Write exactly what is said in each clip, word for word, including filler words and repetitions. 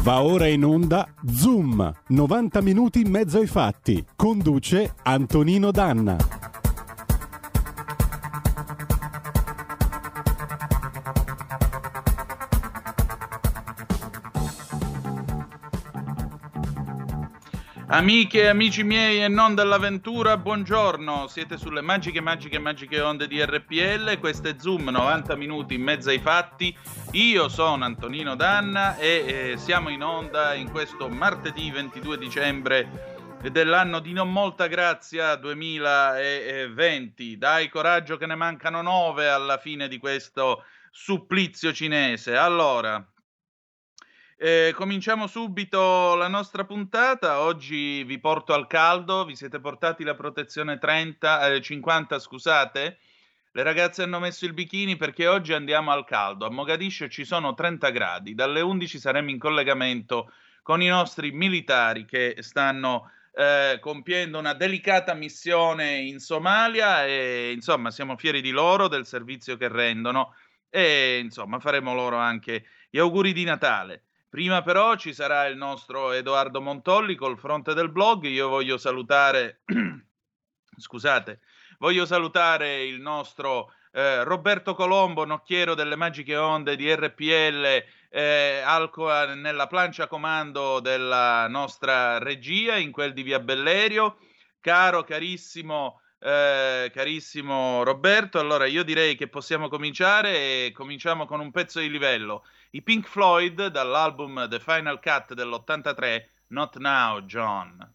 Va ora in onda Zoom, novanta minuti in mezzo ai fatti. Conduce Antonino Danna. Amiche e amici miei e non dell'avventura, buongiorno. Siete sulle magiche, magiche, magiche onde di R P L. Questo è Zoom, novanta minuti in mezzo ai fatti. Io sono Antonino Danna e eh, siamo in onda in questo martedì ventidue dicembre dell'anno di non molta grazia duemilaventi. Dai coraggio che ne mancano nove alla fine di questo supplizio cinese. Allora... Eh, cominciamo subito la nostra puntata. Oggi vi porto al caldo. Vi siete portati la protezione trenta, eh, cinquanta, scusate? Le ragazze hanno messo il bikini perché oggi andiamo al caldo. A Mogadiscio ci sono trenta gradi. Dalle undici saremo in collegamento con i nostri militari che stanno eh, compiendo una delicata missione in Somalia e insomma siamo fieri di loro, del servizio che rendono e insomma faremo loro anche gli auguri di Natale. Prima però ci sarà il nostro Edoardo Montolli col fronte del blog. Io voglio salutare, scusate, voglio salutare il nostro eh, Roberto Colombo, nocchiero delle magiche onde di R P L, eh, al, nella plancia comando della nostra regia, in quel di Via Bellerio. Caro, carissimo, eh, carissimo Roberto, allora io direi che possiamo cominciare e cominciamo con un pezzo di livello. I Pink Floyd dall'album The Final Cut dell'ottantatré, Not Now, John.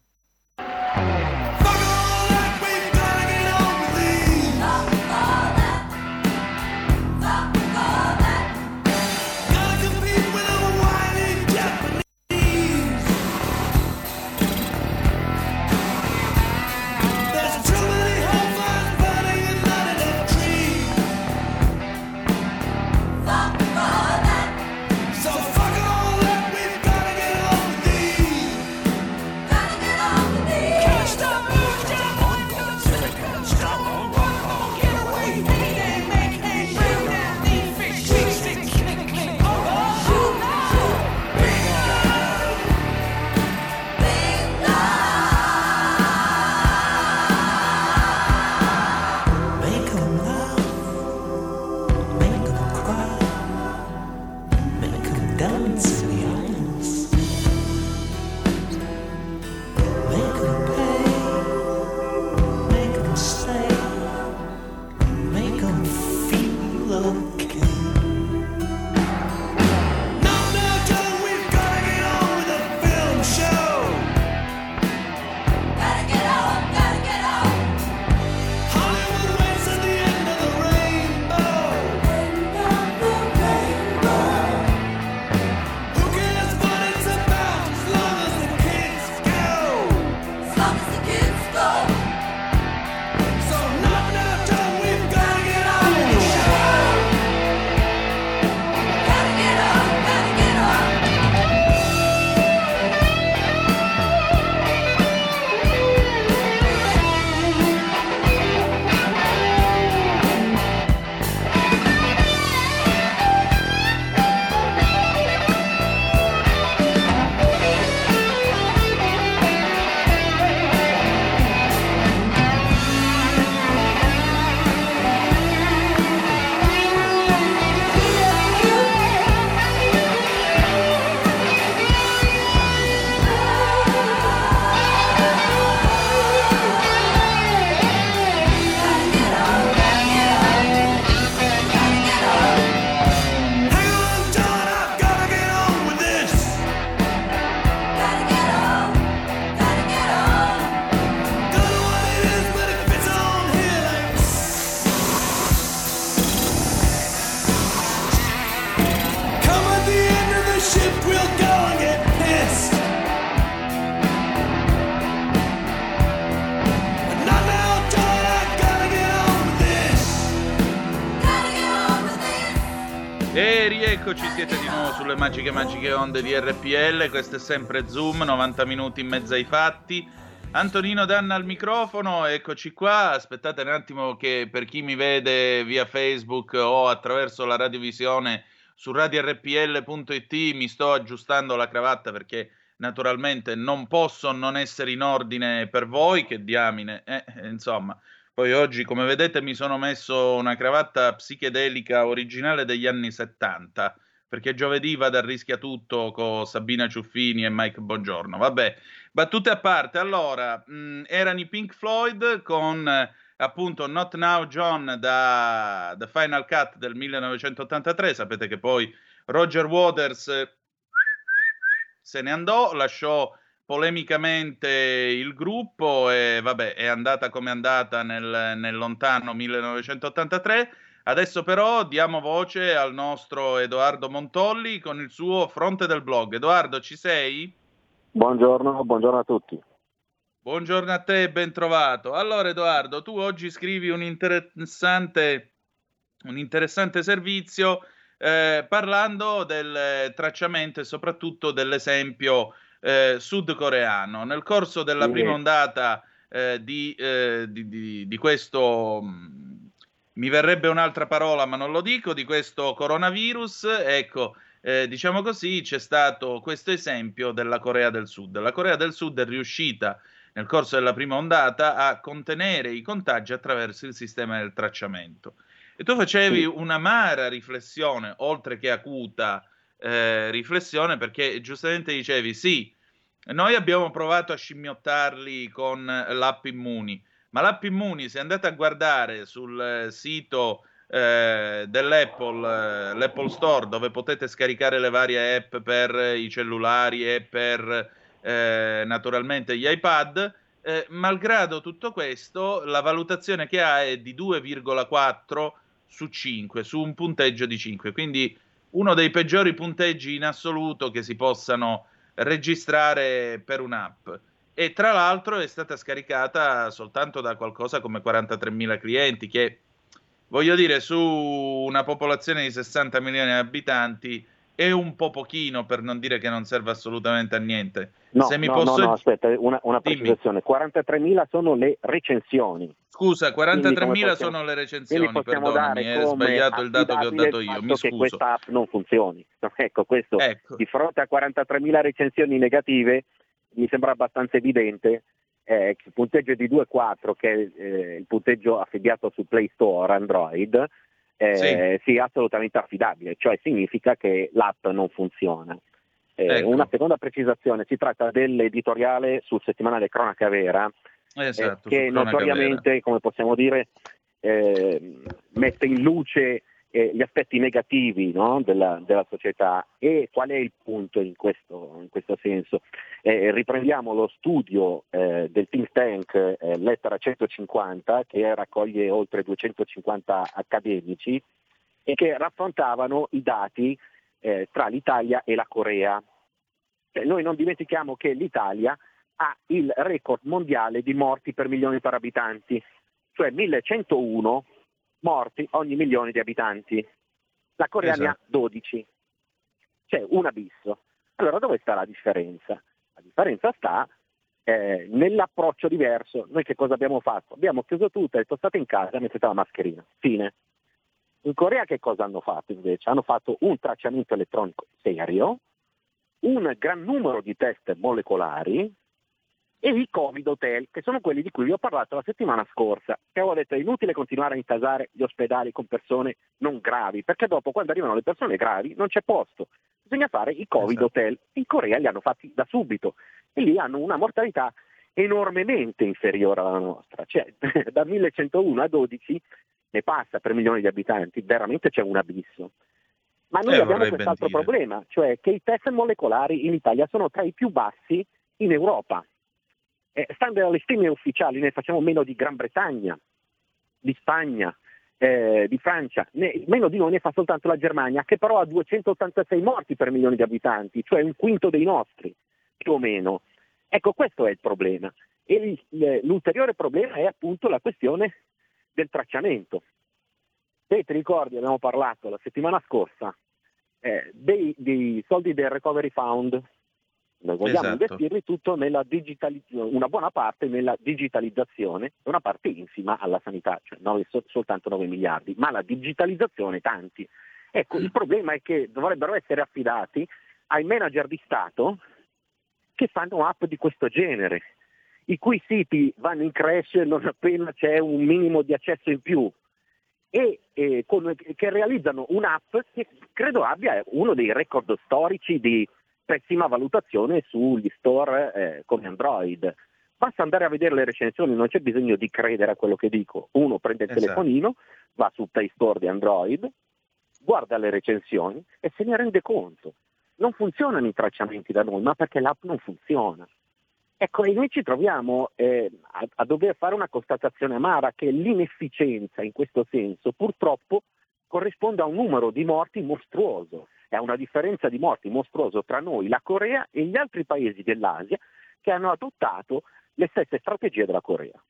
Eccoci, siete di nuovo sulle magiche magiche onde di R P L. Questo è sempre Zoom, novanta minuti in mezzo ai fatti. Antonino Danna al microfono, eccoci qua. Aspettate un attimo che per chi mi vede via Facebook o attraverso la radiovisione su radio R P L punto it. Mi sto aggiustando la cravatta perché naturalmente non posso non essere in ordine per voi, che diamine, eh, insomma. Poi oggi, come vedete, mi sono messo una cravatta psichedelica originale degli anni settanta, perché giovedì vado a Rischiatutto con Sabina Ciuffini e Mike Bongiorno. Vabbè, battute a parte. Allora, mh, erano i Pink Floyd con eh, appunto Not Now John da The Final Cut del millenovecentottantatré. Sapete che poi Roger Waters eh, se ne andò, lasciò polemicamente il gruppo e vabbè, è andata come è andata nel, nel lontano millenovecentottantatré. Adesso però diamo voce al nostro Edoardo Montolli con il suo Fronte del Blog. Edoardo, ci sei? Buongiorno, buongiorno a tutti. Buongiorno a te e ben trovato. Allora Edoardo, tu oggi scrivi un interessante, un interessante servizio eh, parlando del tracciamento e soprattutto dell'esempio eh, sudcoreano. Nel corso della Sì. prima ondata eh, di, eh, di, di, di questo, mh, mi verrebbe un'altra parola ma non lo dico, di questo coronavirus, ecco, eh, diciamo così, c'è stato questo esempio della Corea del Sud. La Corea del Sud è riuscita nel corso della prima ondata a contenere i contagi attraverso il sistema del tracciamento. E tu facevi Sì. un'amara riflessione, oltre che acuta eh, riflessione, perché giustamente dicevi, sì, noi abbiamo provato a scimmiottarli con l'app Immuni, ma l'app Immuni, se andate a guardare sul sito eh, dell'Apple, eh, l'Apple Store, dove potete scaricare le varie app per i cellulari e per eh, naturalmente gli iPad, eh, malgrado tutto questo, la valutazione che ha è di due virgola quattro su cinque, su un punteggio di cinque, quindi uno dei peggiori punteggi in assoluto che si possano registrare per un'app. E tra l'altro è stata scaricata soltanto da qualcosa come quarantatremila clienti, che voglio dire, su una popolazione di sessanta milioni di abitanti è un po' pochino, per non dire che non serve assolutamente a niente. No, Se mi no, posso... no, no, aspetta, una, una Dimmi. precisazione. quarantatremila sono le recensioni. Scusa, quarantatremila possiamo... sono le Quindi recensioni, possiamo perdonami, dare è come sbagliato il dato che ho affidabile dato il io, fatto mi che scuso. questa app non funzioni. Ecco, questo Ecco. di fronte a quarantatremila recensioni negative mi sembra abbastanza evidente eh, che il punteggio di due virgola quattro, che è eh, il punteggio affibbiato su Play Store Android, eh, Sì. sia assolutamente affidabile, cioè significa che l'app non funziona. Eh, Ecco. Una seconda precisazione, si tratta dell'editoriale sul settimanale Cronaca Vera, Esatto, eh, che su Cronaca notoriamente, Vera. come possiamo dire, eh, mette in luce eh, gli aspetti negativi, no, della, della società. E qual è il punto in questo, in questo senso? Eh, riprendiamo lo studio eh, del think tank eh, Lettera centocinquanta, che raccoglie oltre duecentocinquanta accademici e che raffrontavano i dati eh, tra l'Italia e la Corea. Cioè, noi non dimentichiamo che l'Italia ha il record mondiale di morti per milione per abitanti, cioè millecentouno morti ogni milione di abitanti. La Corea Esatto. ne ha dodici, c'è un abisso. Allora dove sta la differenza? La differenza sta eh, nell'approccio diverso. Noi che cosa abbiamo fatto? Abbiamo chiuso tutto, detto state in casa, mettete la mascherina, fine. In Corea che cosa hanno fatto invece? Hanno fatto un tracciamento elettronico serio, un gran numero di test molecolari e i Covid hotel, che sono quelli di cui vi ho parlato la settimana scorsa, che avevo detto è inutile continuare a intasare gli ospedali con persone non gravi, perché dopo quando arrivano le persone gravi non c'è posto, bisogna fare i Covid Esatto. hotel. In Corea li hanno fatti da subito e lì hanno una mortalità enormemente inferiore alla nostra, cioè da millecentouno a dodici ne passa per milioni di abitanti, veramente c'è un abisso. Ma noi Eh, abbiamo vorrei quest'altro ben dire. problema, cioè che i test molecolari in Italia sono tra i più bassi in Europa. Eh, stando alle stime ufficiali ne facciamo meno di Gran Bretagna, di Spagna, eh, di Francia, ne, meno di noi ne fa soltanto la Germania, che però ha duecentottantasei morti per milione di abitanti, cioè un quinto dei nostri, più o meno. Ecco, questo è il problema. E l- l'ulteriore problema è appunto la questione del tracciamento. Se ti ricordi, abbiamo parlato la settimana scorsa eh, dei, dei soldi del Recovery Fund. Noi vogliamo Esatto. investirli tutto nella digitalizzazione, una buona parte nella digitalizzazione e una parte infima alla sanità, cioè nove, sol- soltanto nove miliardi, ma la digitalizzazione tanti. Ecco, il problema è che dovrebbero essere affidati ai manager di Stato che fanno app di questo genere, i cui siti vanno in crash non appena c'è un minimo di accesso in più e eh, con, che realizzano un'app che credo abbia uno dei record storici di pessima valutazione sugli store eh, come Android. Basta andare a vedere le recensioni, non c'è bisogno di credere a quello che dico. Uno prende il Esatto. telefonino, va sul Play Store di Android, guarda le recensioni e se ne rende conto. Non funzionano i tracciamenti da noi, ma perché l'app non funziona. Ecco, e noi ci troviamo eh, a, a dover fare una constatazione amara che l'inefficienza in questo senso purtroppo corrisponde a un numero di morti mostruoso, è una differenza di morti mostruoso tra noi, la Corea e gli altri paesi dell'Asia che hanno adottato le stesse strategie della Corea.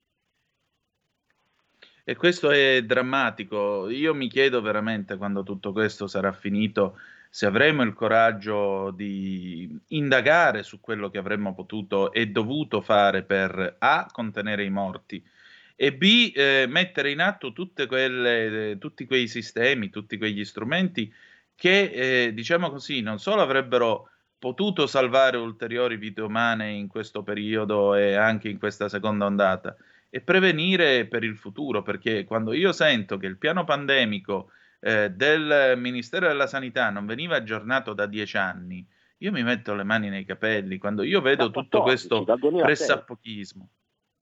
E questo è drammatico. Io mi chiedo veramente, quando tutto questo sarà finito, se avremo il coraggio di indagare su quello che avremmo potuto e dovuto fare per A, contenere i morti, e B, eh, mettere in atto tutte quelle, eh, tutti quei sistemi, tutti quegli strumenti che, eh, diciamo così, non solo avrebbero potuto salvare ulteriori vite umane in questo periodo e anche in questa seconda ondata, e prevenire per il futuro, perché quando io sento che il piano pandemico eh, del Ministero della Sanità non veniva aggiornato da dieci anni, io mi metto le mani nei capelli quando io vedo Da tutto quattordici, questo dal duemilasei. pressappochismo.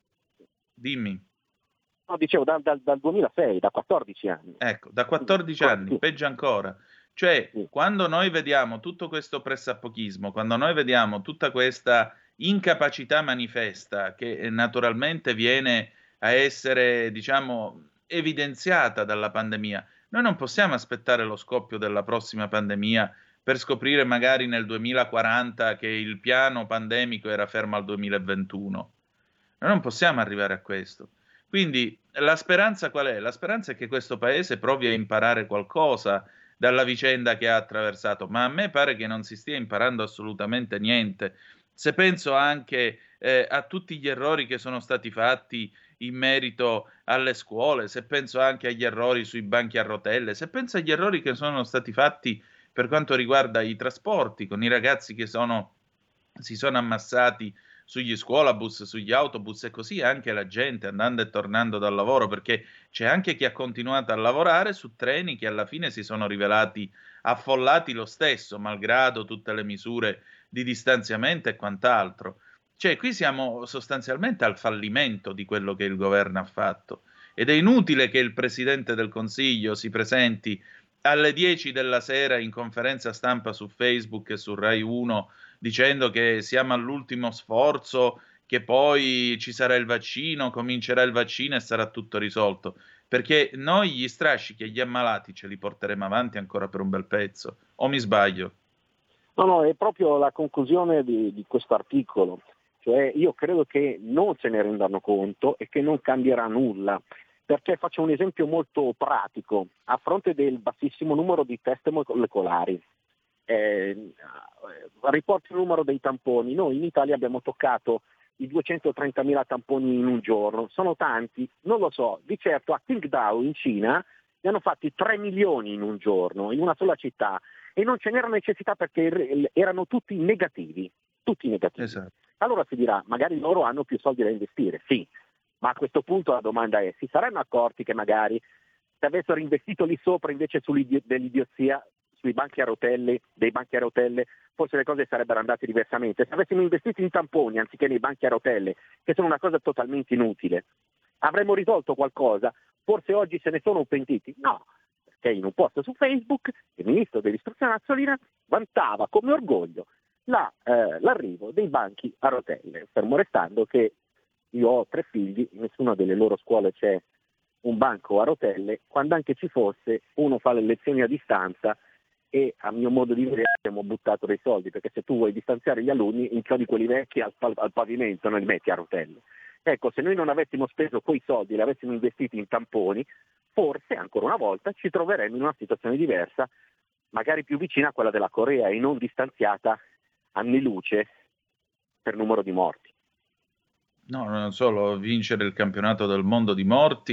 Dimmi. No, dicevo dal, dal, dal duemilasei, da quattordici anni. Ecco, da quattordici Sì. anni, peggio ancora. Cioè, Sì. quando noi vediamo tutto questo pressappochismo, quando noi vediamo tutta questa incapacità manifesta che eh, naturalmente viene a essere, diciamo, evidenziata dalla pandemia, noi non possiamo aspettare lo scoppio della prossima pandemia per scoprire magari nel duemilaquaranta che il piano pandemico era fermo al duemilaventuno. Noi non possiamo arrivare a questo. Quindi la speranza qual è? La speranza è che questo paese provi a imparare qualcosa dalla vicenda che ha attraversato, ma a me pare che non si stia imparando assolutamente niente. Se penso anche eh, a tutti gli errori che sono stati fatti in merito alle scuole, se penso anche agli errori sui banchi a rotelle, se penso agli errori che sono stati fatti per quanto riguarda i trasporti, con i ragazzi che sono, si sono ammassati sugli scuolabus, sugli autobus e così anche la gente andando e tornando dal lavoro, perché c'è anche chi ha continuato a lavorare su treni che alla fine si sono rivelati affollati lo stesso, malgrado tutte le misure di distanziamento e quant'altro. Cioè, qui siamo sostanzialmente al fallimento di quello che il governo ha fatto ed è inutile che il Presidente del Consiglio si presenti alle dieci della sera in conferenza stampa su Facebook e su Rai uno dicendo che siamo all'ultimo sforzo, che poi ci sarà il vaccino, comincerà il vaccino e sarà tutto risolto, perché noi gli strascichi e gli ammalati ce li porteremo avanti ancora per un bel pezzo, o mi sbaglio? No, no, è proprio la conclusione di, di questo articolo, cioè io credo che non se ne rendano conto e che non cambierà nulla, perché faccio un esempio molto pratico, a fronte del bassissimo numero di test molecolari, eh, riporto il numero dei tamponi, noi in Italia abbiamo toccato i duecentotrentamila tamponi in un giorno, sono tanti, non lo so, di certo a Qingdao in Cina ne hanno fatti tre milioni in un giorno, in una sola città, e non ce n'era necessità perché erano tutti negativi, tutti negativi. Esatto. Allora si dirà, magari loro hanno più soldi da investire, sì, ma a questo punto la domanda è, si saranno accorti che magari se avessero investito lì sopra invece dell'idiozia, sui banchi a rotelle, dei banchi a rotelle, forse le cose sarebbero andate diversamente. Se avessimo investito in tamponi anziché nei banchi a rotelle, che sono una cosa totalmente inutile, avremmo risolto qualcosa? Forse oggi se ne sono pentiti? No, perché in un post su Facebook il ministro dell'istruzione Azzolina vantava come orgoglio la, eh, l'arrivo dei banchi a rotelle, fermo restando che io ho tre figli, in nessuna delle loro scuole c'è un banco a rotelle, quando anche ci fosse uno fa le lezioni a distanza e a mio modo di vedere abbiamo buttato dei soldi, perché se tu vuoi distanziare gli alunni inchiodi quelli vecchi al, al pavimento, non li metti a rotelle. Ecco, se noi non avessimo speso quei soldi, li avessimo investiti in tamponi, forse ancora una volta ci troveremmo in una situazione diversa, magari più vicina a quella della Corea e non distanziata anni luce per numero di morti. No, non solo vincere il campionato del mondo di morti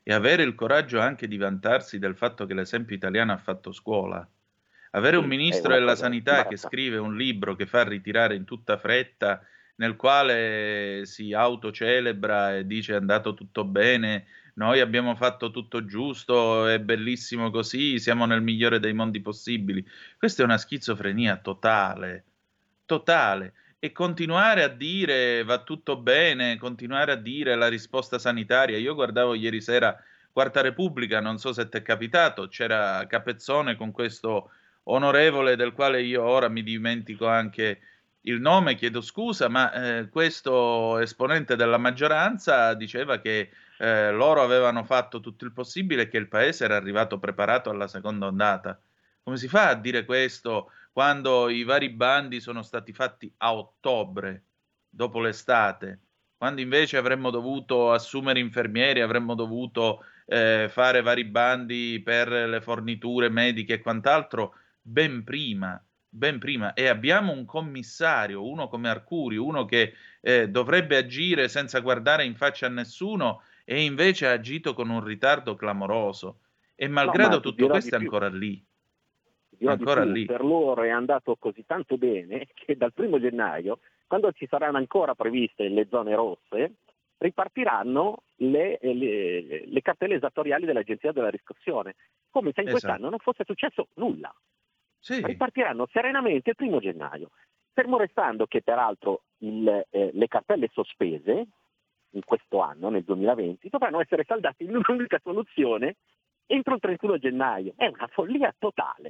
e avere il coraggio anche di vantarsi del fatto che l'esempio italiano ha fatto scuola. Avere un Sì, è ministro una della cosa sanità che imbarazzante. scrive un libro che fa ritirare in tutta fretta, nel quale si autocelebra e dice è andato tutto bene, noi abbiamo fatto tutto giusto, è bellissimo così, siamo nel migliore dei mondi possibili. Questa è una schizofrenia totale, totale. E continuare a dire va tutto bene, continuare a dire la risposta sanitaria. Io guardavo ieri sera Quarta Repubblica, non so se ti è capitato, c'era Capezzone con questo onorevole del quale io ora mi dimentico anche il nome, chiedo scusa, ma eh, questo esponente della maggioranza diceva che eh, loro avevano fatto tutto il possibile e che il paese era arrivato preparato alla seconda ondata. Come si fa a dire questo quando i vari bandi sono stati fatti a ottobre, dopo l'estate, quando invece avremmo dovuto assumere infermieri, avremmo dovuto eh, fare vari bandi per le forniture mediche e quant'altro ben prima, ben prima. E abbiamo un commissario, uno come Arcuri, uno che eh, dovrebbe agire senza guardare in faccia a nessuno e invece ha agito con un ritardo clamoroso. E No, ma malgrado ti tutto dirò di questo è più. ancora lì, dirò di ancora più, lì. per loro è andato così tanto bene che dal primo gennaio, quando ci saranno ancora previste le zone rosse, ripartiranno le, le, le cartelle esattoriali dell'Agenzia della Riscossione, come se in Esatto. quest'anno non fosse successo nulla. Sì, Ripartiranno serenamente il primo gennaio, fermo restando che peraltro il, eh, le cartelle sospese in questo anno, nel duemilaventi, dovranno essere saldate in un'unica soluzione entro il trentuno gennaio. È una follia totale.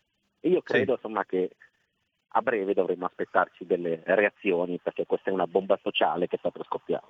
E io credo sì. insomma che a breve dovremmo aspettarci delle reazioni, perché questa è una bomba sociale che sta per scoppiare.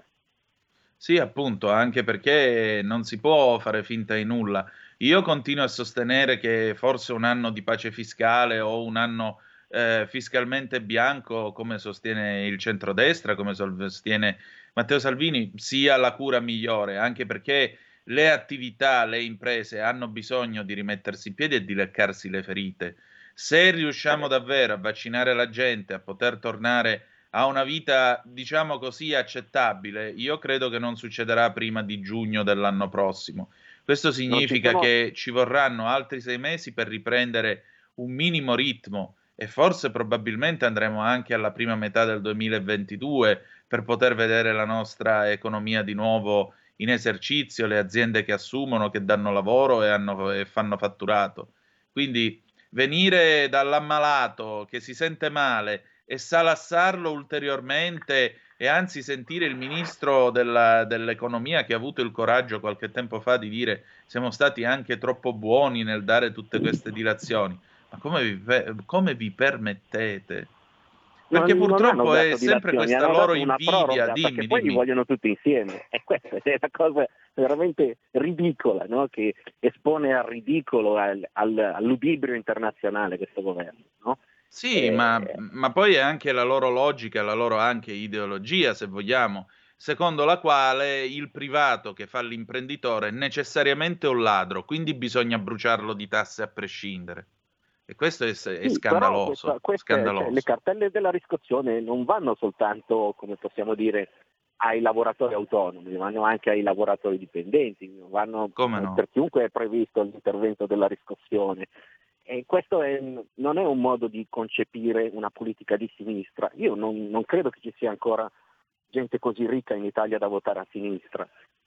Sì, appunto, anche perché non si può fare finta di nulla. Io continuo a sostenere che forse un anno di pace fiscale o un anno eh, fiscalmente bianco, come sostiene il centrodestra, come sostiene Matteo Salvini, sia la cura migliore, anche perché le attività, le imprese hanno bisogno di rimettersi in piedi e di leccarsi le ferite. Se riusciamo davvero a vaccinare la gente, a poter tornare a una vita, diciamo così, accettabile, io credo che non succederà prima di giugno dell'anno prossimo. Questo Non ci significa sono che ci vorranno altri sei mesi per riprendere un minimo ritmo e forse probabilmente andremo anche alla prima metà del duemilaventidue per poter vedere la nostra economia di nuovo in esercizio, le aziende che assumono, che danno lavoro e, hanno- e fanno fatturato. Quindi venire dall'ammalato che si sente male e salassarlo ulteriormente e anzi sentire il ministro della- dell'economia che ha avuto il coraggio qualche tempo fa di dire siamo stati anche troppo buoni nel dare tutte queste dilazioni. Ma come vi, pe- come vi permettete? Perché Non, non hanno purtroppo è dato sempre dilazioni, questa hanno loro dato una invidia. proroga perché Dimmi, poi li dimmi. vogliono tutti insieme. E questa è una cosa veramente ridicola, no? Che espone al ridicolo, al, al, all'udibrio internazionale questo governo. No? Sì, ma, Eh, ma poi è anche la loro logica, la loro anche ideologia, se vogliamo, secondo la quale il privato che fa l'imprenditore è necessariamente un ladro, quindi bisogna bruciarlo di tasse a prescindere. E questo è, è Sì, però questa- scandaloso, queste, cioè, le scandaloso. cartelle della riscossione non vanno soltanto, come possiamo dire, ai lavoratori autonomi, vanno anche ai lavoratori dipendenti, vanno, Come eh, no? per chiunque è previsto l'intervento della riscossione. E questo è- non è un modo di concepire una politica di sinistra. Io non, non credo che ci sia ancora gente così ricca in Italia da votare a sinistra.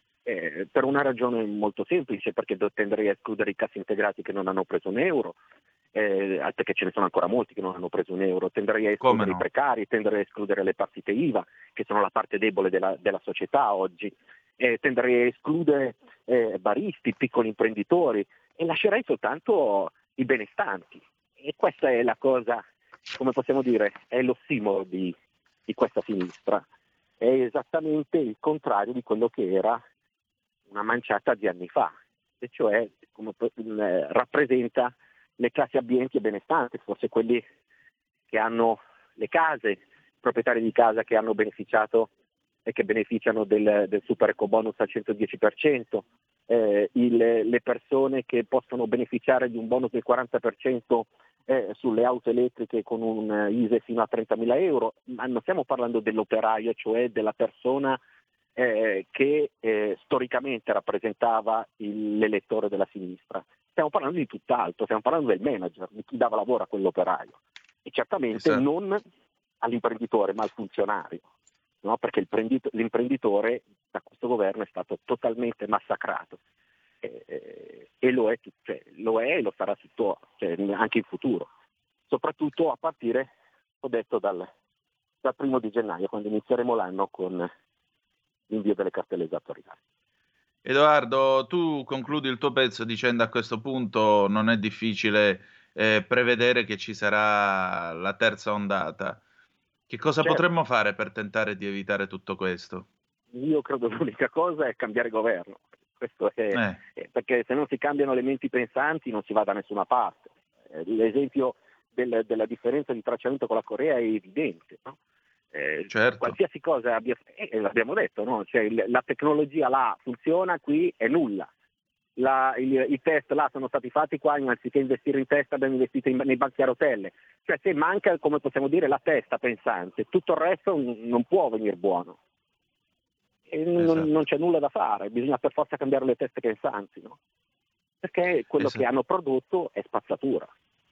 Eh, per una ragione molto semplice, perché tenderei a escludere i cassi integrati che non hanno preso un euro, eh, perché ce ne sono ancora molti che non hanno preso un euro, tenderei a Come escludere i no? precari, tenderei a escludere le partite I V A, che sono la parte debole della, della società oggi, eh, tenderei a escludere eh, baristi, piccoli imprenditori e lascerei soltanto i benestanti. E questa è la cosa, come possiamo dire, è l'ossimoro di, di questa sinistra. È esattamente il contrario di quello che era una manciata di anni fa, e cioè come, eh, rappresenta le classi abbienti e benestanti, forse quelli che hanno le case, i proprietari di casa che hanno beneficiato e che beneficiano del, del super ecobonus al centodieci per cento, eh, il, le persone che possono beneficiare di un bonus del quaranta per cento eh, sulle auto elettriche con un I S E E fino a trentamila euro, ma non stiamo parlando dell'operaio, cioè della persona eh, che eh, storicamente rappresentava il, l'elettore della sinistra. Stiamo parlando di tutt'altro, stiamo parlando del manager, di chi dava lavoro a quell'operaio, e certamente esatto. non all'imprenditore ma al funzionario, no? Perché il prendito- l'imprenditore da questo governo è stato totalmente massacrato. Eh, e lo è, cioè, lo è e lo sarà tutto, cioè, anche in futuro, soprattutto a partire, ho detto, dal, dal primo di gennaio, quando inizieremo l'anno con l'invio delle cartelle esattoriali. Edoardo, tu concludi il tuo pezzo dicendo: a questo punto non è difficile eh, prevedere che ci sarà la terza ondata. Che cosa Certo. potremmo fare per tentare di evitare tutto questo? Io credo che l'unica cosa è cambiare governo. Questo è, Eh. è perché se non si cambiano le menti pensanti non si va da nessuna parte. Eh, l'esempio del, della differenza di tracciamento con la Corea è evidente, no? Eh, Certo. Qualsiasi cosa abbia, eh, l'abbiamo detto, no? Cioè, il, la tecnologia là funziona, qui è nulla. La, il, I test là sono stati fatti qua, anziché investire in test abbiamo investito in, nei banchi a rotelle. Cioè, se manca, come possiamo dire, la testa pensante, tutto il resto n- non può venire buono. E non, Esatto. non c'è nulla da fare, bisogna per forza cambiare le teste pensanti, no? Perché quello Esatto. che hanno prodotto è spazzatura.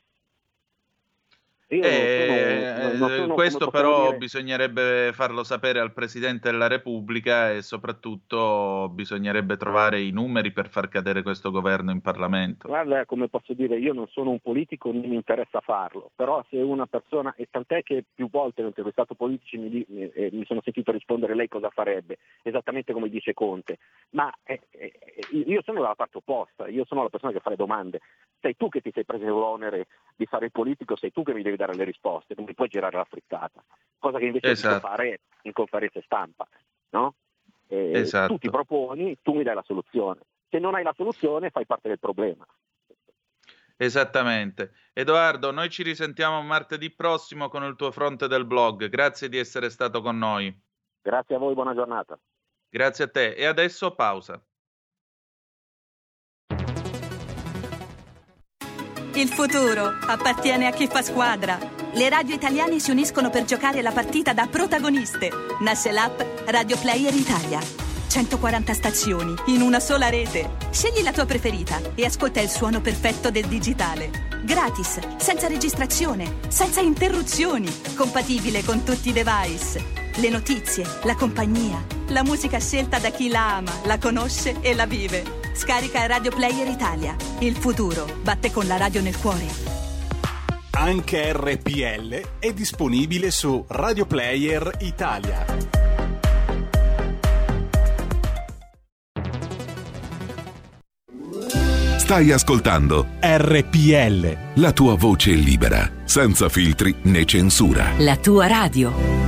Io Eh, non sono, non, non sono, questo come possiamo però dire, bisognerebbe farlo sapere al Presidente della Repubblica, e soprattutto bisognerebbe trovare i numeri per far cadere questo governo in Parlamento. guarda, come posso dire, io non sono un politico, non mi interessa farlo, però se una persona, e tant'è che più volte ho intervistato politici mi, mi, eh, mi sono sentito rispondere lei cosa farebbe, esattamente come dice Conte, ma eh, eh, io sono dalla parte opposta, io sono la persona che fa le domande, sei tu che ti sei preso l'onere di fare il politico, sei tu che mi devi dare le risposte, non mi puoi girare la frittata, cosa che invece Esatto. devo fare in conferenze stampa, no? Eh, Esatto. Tu ti proponi, tu mi dai la soluzione, se non hai la soluzione fai parte del problema. Esattamente. Edoardo, noi ci risentiamo martedì prossimo con il tuo fronte del blog. Grazie di essere stato con noi. Grazie a voi, buona giornata. Grazie a te. E adesso pausa. Il futuro appartiene a chi fa squadra. Le radio italiane si uniscono per giocare la partita da protagoniste. Nasce l'app Radio Player Italia. centoquaranta stazioni in una sola rete. Scegli la tua preferita e ascolta il suono perfetto del digitale. Gratis, senza registrazione, senza interruzioni, compatibile con tutti i device. Le notizie, la compagnia, la musica scelta da chi la ama, la conosce e la vive. Scarica Radio Player Italia. Il futuro batte con la radio nel cuore. Anche R P L è disponibile su Radio Player Italia. Stai ascoltando R P L, la tua voce libera, senza filtri né censura. La tua radio.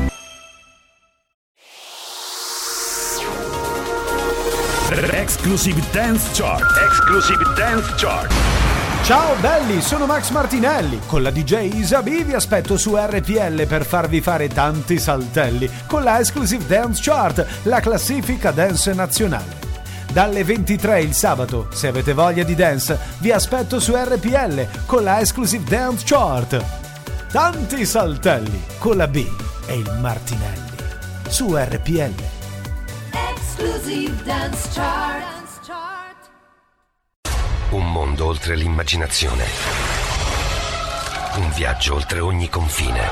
Exclusive Dance Chart. Exclusive Dance Chart. Ciao belli, sono Max Martinelli. Con la D J Isabi vi aspetto su R P L per farvi fare tanti saltelli con la Exclusive Dance Chart, la classifica dance nazionale. Dalle ventitré il sabato, se avete voglia di dance, vi aspetto su R P L con la Exclusive Dance Chart. Tanti saltelli con la B e il Martinelli su R P L. Exclusive Dance Chart. Un mondo oltre l'immaginazione. Un viaggio oltre ogni confine.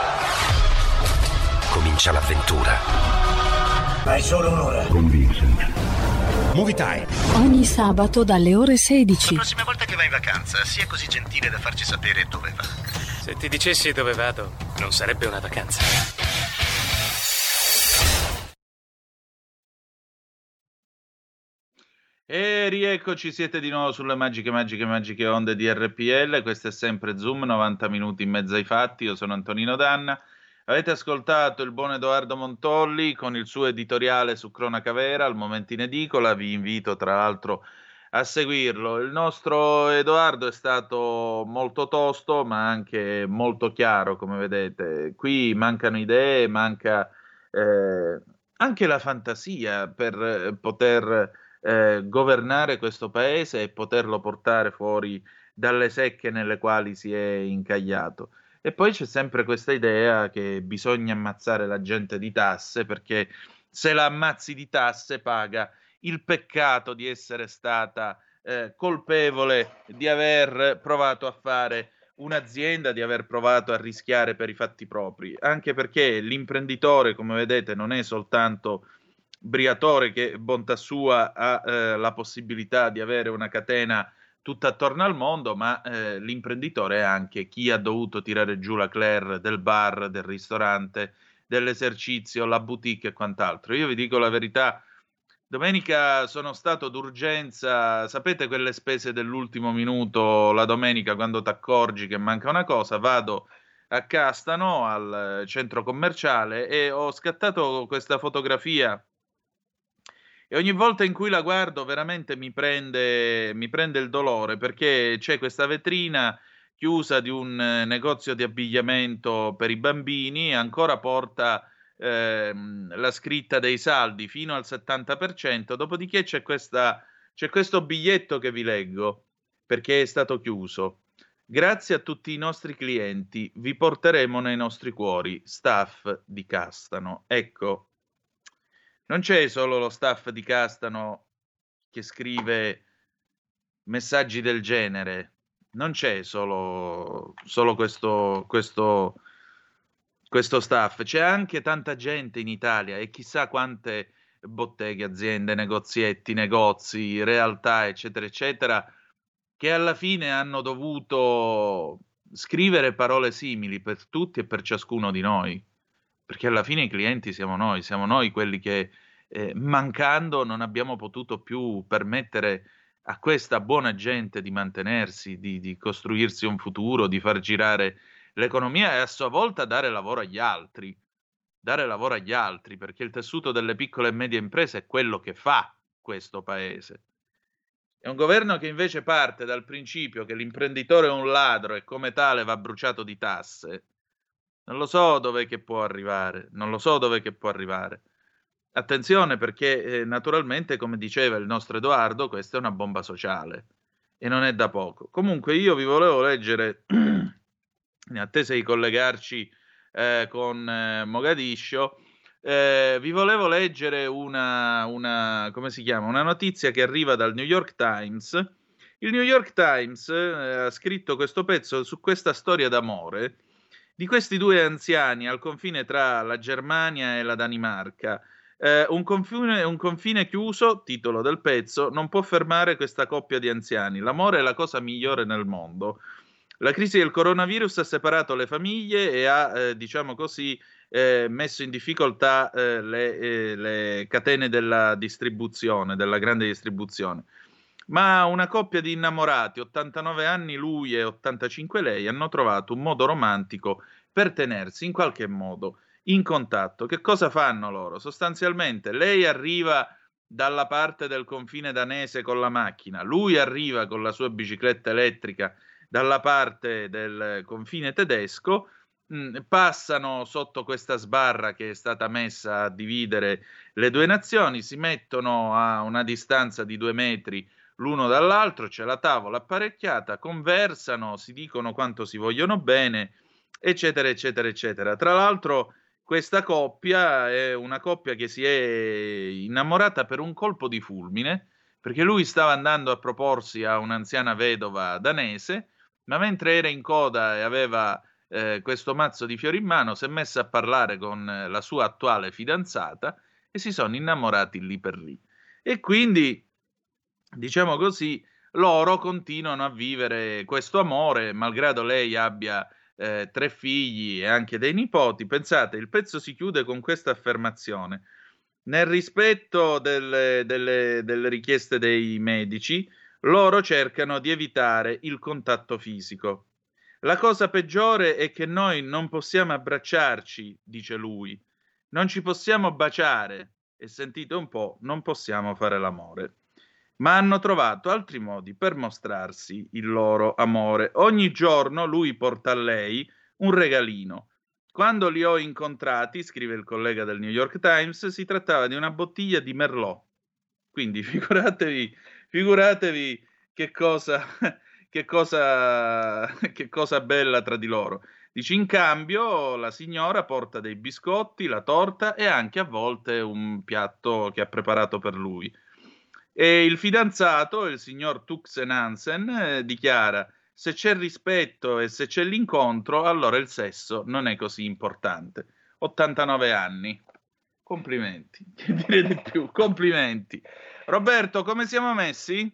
Comincia l'avventura. Hai solo un'ora. Con Vincent. Movie Time. Ogni sabato dalle ore sedici. La prossima volta che vai in vacanza, sia così gentile da farci sapere dove va. Se ti dicessi dove vado, non sarebbe una vacanza. E rieccoci, siete di nuovo sulle magiche, magiche, magiche onde di R P L. Questo è sempre Zoom, novanta minuti in mezzo ai fatti. Io sono Antonino Danna. Avete ascoltato il buon Edoardo Montolli con il suo editoriale su Cronaca Vera, al momento in edicola. Vi invito tra l'altro a seguirlo. Il nostro Edoardo è stato molto tosto, ma anche molto chiaro, come vedete. Qui mancano idee, manca eh, anche la fantasia per poter Eh, governare questo paese e poterlo portare fuori dalle secche nelle quali si è incagliato. E poi c'è sempre questa idea che bisogna ammazzare la gente di tasse, perché se la ammazzi di tasse paga il peccato di essere stata eh, colpevole di aver provato a fare un'azienda, di aver provato a rischiare per i fatti propri, anche perché l'imprenditore, come vedete, non è soltanto Briatore che, bontà sua, ha eh, la possibilità di avere una catena tutta attorno al mondo, ma eh, l'imprenditore è anche chi ha dovuto tirare giù la Claire del bar, del ristorante, dell'esercizio, la boutique e quant'altro. Io vi dico la verità, domenica sono stato d'urgenza, sapete quelle spese dell'ultimo minuto, la domenica quando ti accorgi che manca una cosa, vado a Castano, al centro commerciale, e ho scattato questa fotografia e ogni volta in cui la guardo veramente mi prende, mi prende il dolore, perché c'è questa vetrina chiusa di un negozio di abbigliamento per i bambini e ancora porta ehm, la scritta dei saldi fino al settanta per cento, dopodiché c'è, questa, c'è questo biglietto che vi leggo, perché è stato chiuso. Grazie a tutti i nostri clienti, vi porteremo nei nostri cuori, staff di Castano. Ecco, non c'è solo lo staff di Castano che scrive messaggi del genere, non c'è solo, solo questo, questo, questo staff, c'è anche tanta gente in Italia e chissà quante botteghe, aziende, negozietti, negozi, realtà, eccetera, eccetera, che alla fine hanno dovuto scrivere parole simili per tutti e per ciascuno di noi, perché alla fine i clienti siamo noi, siamo noi quelli che eh, mancando non abbiamo potuto più permettere a questa buona gente di mantenersi, di, di costruirsi un futuro, di far girare l'economia e a sua volta dare lavoro agli altri, dare lavoro agli altri, perché il tessuto delle piccole e medie imprese è quello che fa questo paese. È un governo che invece parte dal principio che l'imprenditore è un ladro e come tale va bruciato di tasse. Non lo so dove che può arrivare, non lo so dove che può arrivare. Attenzione perché eh, naturalmente, come diceva il nostro Edoardo, questa è una bomba sociale e non è da poco. Comunque io vi volevo leggere, in attesa di collegarci eh, con eh, Mogadiscio, eh, vi volevo leggere una, una, come si chiama? Una notizia che arriva dal New York Times. Il New York Times eh, ha scritto questo pezzo su questa storia d'amore di questi due anziani al confine tra la Germania e la Danimarca. Eh, un, confine, un confine chiuso, titolo del pezzo, non può fermare questa coppia di anziani. L'amore è la cosa migliore nel mondo. La crisi del coronavirus ha separato le famiglie e ha, eh, diciamo così, eh, messo in difficoltà eh, le, eh, le catene della distribuzione, della grande distribuzione. Ma una coppia di innamorati, ottantanove anni lui e ottantacinque lei, hanno trovato un modo romantico per tenersi in qualche modo in contatto. Che cosa fanno loro? Sostanzialmente lei arriva dalla parte del confine danese con la macchina, lui arriva con la sua bicicletta elettrica dalla parte del confine tedesco, mh, passano sotto questa sbarra che è stata messa a dividere le due nazioni, si mettono a una distanza di due metri l'uno dall'altro, c'è la tavola apparecchiata, conversano, si dicono quanto si vogliono bene, eccetera, eccetera, eccetera. Tra l'altro questa coppia è una coppia che si è innamorata per un colpo di fulmine, perché lui stava andando a proporsi a un'anziana vedova danese, ma mentre era in coda e aveva eh, questo mazzo di fiori in mano, si è messa a parlare con la sua attuale fidanzata e si sono innamorati lì per lì. E quindi, diciamo così, loro continuano a vivere questo amore, malgrado lei abbia eh, tre figli e anche dei nipoti. Pensate, il pezzo si chiude con questa affermazione: nel rispetto delle, delle, delle richieste dei medici, loro cercano di evitare il contatto fisico. La cosa peggiore è che noi non possiamo abbracciarci, dice lui, non ci possiamo baciare e, sentite un po', non possiamo fare l'amore. Ma hanno trovato altri modi per mostrarsi il loro amore. Ogni giorno lui porta a lei un regalino. Quando li ho incontrati, scrive il collega del New York Times, si trattava di una bottiglia di Merlot. Quindi figuratevi, figuratevi che cosa, che cosa, che cosa bella tra di loro. Dice, in cambio la signora porta dei biscotti, la torta e anche a volte un piatto che ha preparato per lui. E il fidanzato, il signor Tuxen Hansen, eh, dichiara: se c'è rispetto e se c'è l'incontro, allora il sesso non è così importante. ottantanove anni. Complimenti. Che dire di più? Complimenti. Roberto, come siamo messi?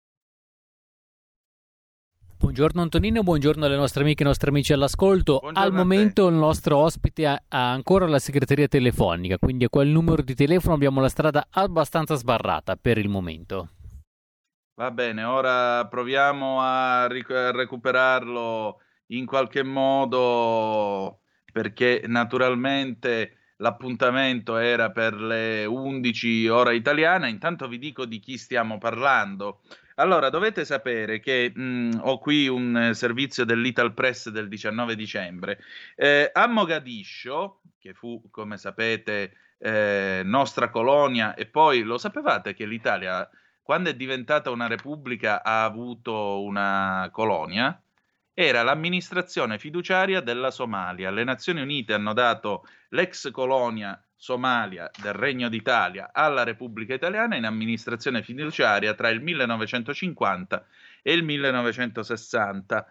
Buongiorno Antonino, buongiorno alle nostre amiche e nostri amici all'ascolto. Buongiorno Al momento il nostro ospite ha, ha ancora la segreteria telefonica, quindi a quel numero di telefono abbiamo la strada abbastanza sbarrata per il momento. Va bene, ora proviamo a, ric- a recuperarlo in qualche modo, perché naturalmente l'appuntamento era per le undici ora italiana. Intanto vi dico di chi stiamo parlando. Allora, dovete sapere che mh, ho qui un eh, servizio dell'Ital Press del diciannove dicembre. Eh, a Mogadiscio, che fu, come sapete, eh, nostra colonia, e poi lo sapevate che l'Italia, quando è diventata una repubblica, ha avuto una colonia? Era l'amministrazione fiduciaria della Somalia. Le Nazioni Unite hanno dato l'ex colonia Somalia del Regno d'Italia alla Repubblica Italiana in amministrazione fiduciaria tra il millenovecentocinquanta e il millenovecentosessanta.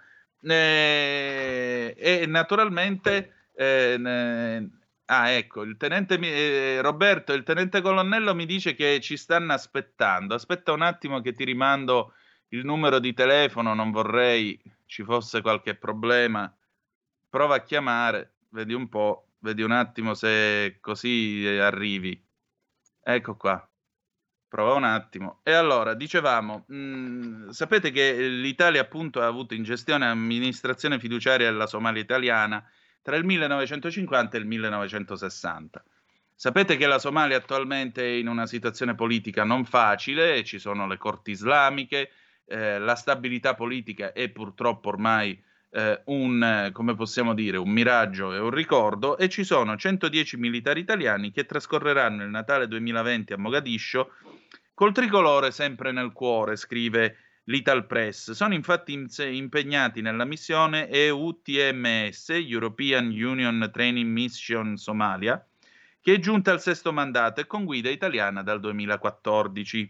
E, e naturalmente eh, ne, ah ecco il tenente eh, Roberto, il tenente colonnello mi dice che ci stanno aspettando. Aspetta un attimo che ti rimando il numero di telefono, non vorrei ci fosse qualche problema. Prova a chiamare, vedi un po'. Vedi un attimo se così arrivi. Ecco qua. Prova un attimo. E allora, dicevamo, mh, sapete che l'Italia appunto ha avuto in gestione amministrazione fiduciaria della Somalia italiana tra il millenovecentocinquanta e il millenovecentosessanta. Sapete che la Somalia attualmente è in una situazione politica non facile, ci sono le corti islamiche, eh, la stabilità politica è purtroppo ormai Eh, un, come possiamo dire, un miraggio e un ricordo, e ci sono centodieci militari italiani che trascorreranno il Natale duemilaventi a Mogadiscio col tricolore sempre nel cuore, scrive l'Ital Press. Sono infatti in, impegnati nella missione E U T M S, European Union Training Mission Somalia, che è giunta al sesto mandato e con guida italiana dal duemilaquattordici.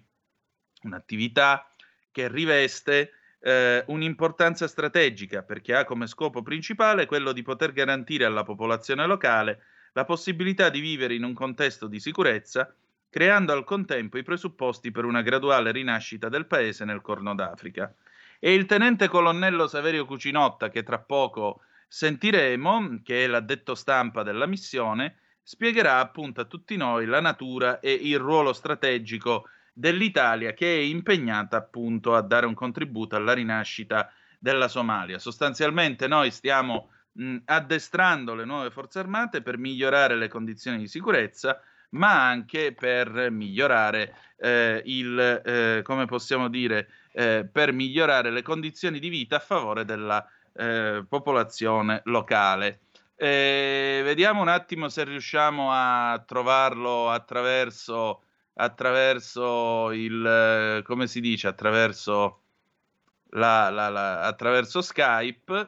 Un'attività che riveste Eh, un'importanza strategica perché ha come scopo principale quello di poter garantire alla popolazione locale la possibilità di vivere in un contesto di sicurezza, creando al contempo i presupposti per una graduale rinascita del paese nel Corno d'Africa. E il tenente colonnello Saverio Cucinotta, che tra poco sentiremo, che è l'addetto stampa della missione, spiegherà appunto a tutti noi la natura e il ruolo strategico dell'Italia, che è impegnata appunto a dare un contributo alla rinascita della Somalia. Sostanzialmente noi stiamo mh, addestrando le nuove forze armate per migliorare le condizioni di sicurezza, ma anche per migliorare eh, il, eh, come possiamo dire, eh, per migliorare le condizioni di vita a favore della eh, popolazione locale. Eh, vediamo un attimo se riusciamo a trovarlo attraverso attraverso il, come si dice, attraverso la, la, la attraverso Skype.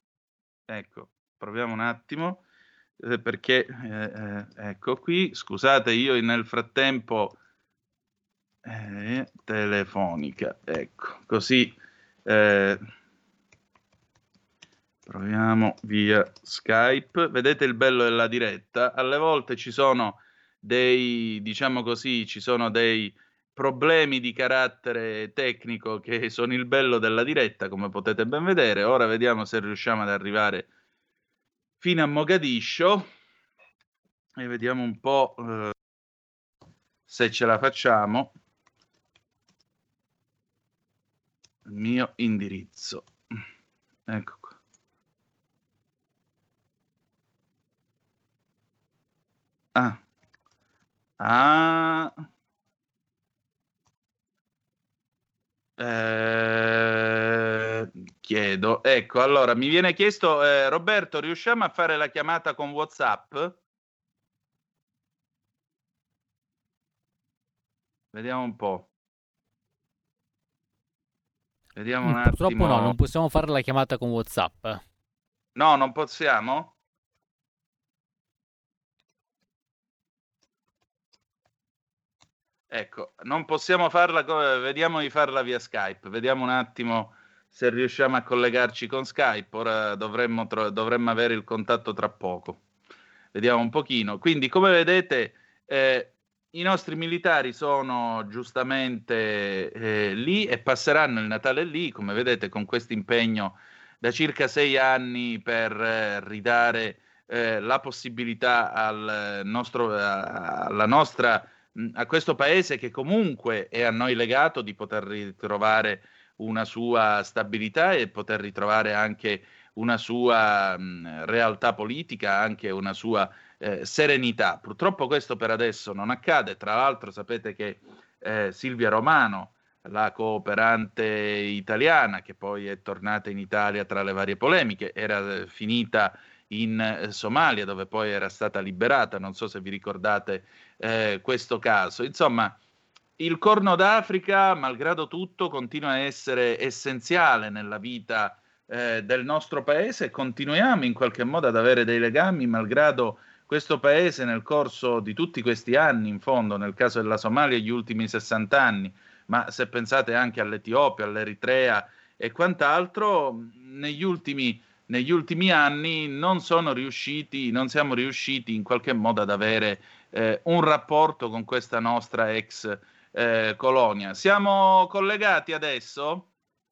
Ecco, proviamo un attimo eh, perché eh, ecco qui, scusate, io nel frattempo eh, telefonica, ecco, così eh, proviamo via Skype. Vedete il bello della diretta? Alle volte ci sono dei, diciamo così, ci sono dei problemi di carattere tecnico che sono il bello della diretta, come potete ben vedere. Ora vediamo se riusciamo ad arrivare fino a Mogadiscio e vediamo un po' eh, se ce la facciamo. Il mio indirizzo, ecco qua. Ah Ah, eh, chiedo, ecco, allora mi viene chiesto, eh, Roberto, riusciamo a fare la chiamata con WhatsApp? Vediamo un po'. Vediamo un Purtroppo attimo. no, non possiamo fare la chiamata con WhatsApp. No, non possiamo? Ecco, non possiamo farla, vediamo di farla via Skype, vediamo un attimo se riusciamo a collegarci con Skype, ora dovremmo, tro- dovremmo avere il contatto tra poco, vediamo un pochino. Quindi, come vedete, eh, i nostri militari sono giustamente eh, lì e passeranno il Natale lì, come vedete, con questo impegno da circa sei anni per eh, ridare eh, la possibilità al nostro, a, alla nostra a questo paese che comunque è a noi legato di poter ritrovare una sua stabilità e poter ritrovare anche una sua mh, realtà politica, anche una sua eh, serenità. Purtroppo questo per adesso non accade. Tra l'altro sapete che eh, Silvia Romano, la cooperante italiana, che poi è tornata in Italia tra le varie polemiche, era eh, finita in eh, Somalia, dove poi era stata liberata, non so se vi ricordate eh, questo caso. Insomma, il Corno d'Africa, malgrado tutto, continua a essere essenziale nella vita eh, del nostro paese. Continuiamo in qualche modo ad avere dei legami, malgrado questo paese nel corso di tutti questi anni, in fondo, nel caso della Somalia, gli ultimi sessanta anni, ma se pensate anche all'Etiopia, all'Eritrea e quant'altro, negli ultimi negli ultimi anni non sono riusciti, non siamo riusciti in qualche modo ad avere eh, un rapporto con questa nostra ex eh, colonia. Siamo collegati adesso?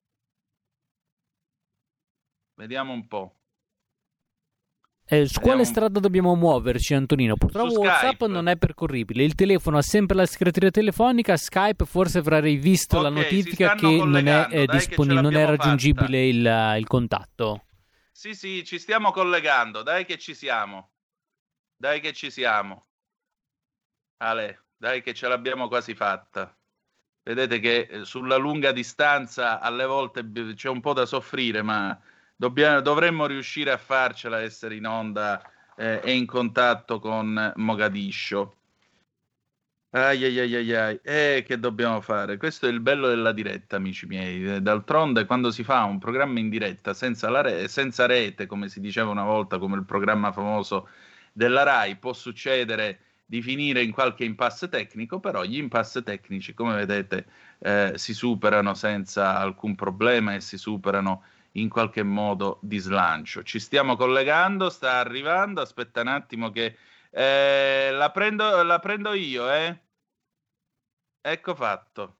Vediamo un po'. Eh, su quale strada dobbiamo muoverci, Antonino? Purtroppo WhatsApp non è percorribile. Il telefono ha sempre la segreteria telefonica. Skype forse avrei visto okay, la notifica che non è, eh, disponibile, non è raggiungibile il, il contatto. Sì, sì, ci stiamo collegando, dai che ci siamo, dai che ci siamo, Ale, dai che ce l'abbiamo quasi fatta. Vedete che sulla lunga distanza alle volte c'è un po' da soffrire, ma dobbiamo, dovremmo riuscire a farcela, essere in onda eh, e in contatto con Mogadiscio. Ai ai ai ai ai, eh, che dobbiamo fare? Questo è il bello della diretta, amici miei. D'altronde, quando si fa un programma in diretta senza, la re- senza rete, come si diceva una volta, come il programma famoso della Rai, può succedere di finire in qualche impasse tecnico, però gli impasse tecnici, come vedete, eh, si superano senza alcun problema e si superano in qualche modo di slancio. Ci stiamo collegando, sta arrivando, aspetta un attimo che eh, la prendo, la prendo io, eh? Ecco fatto.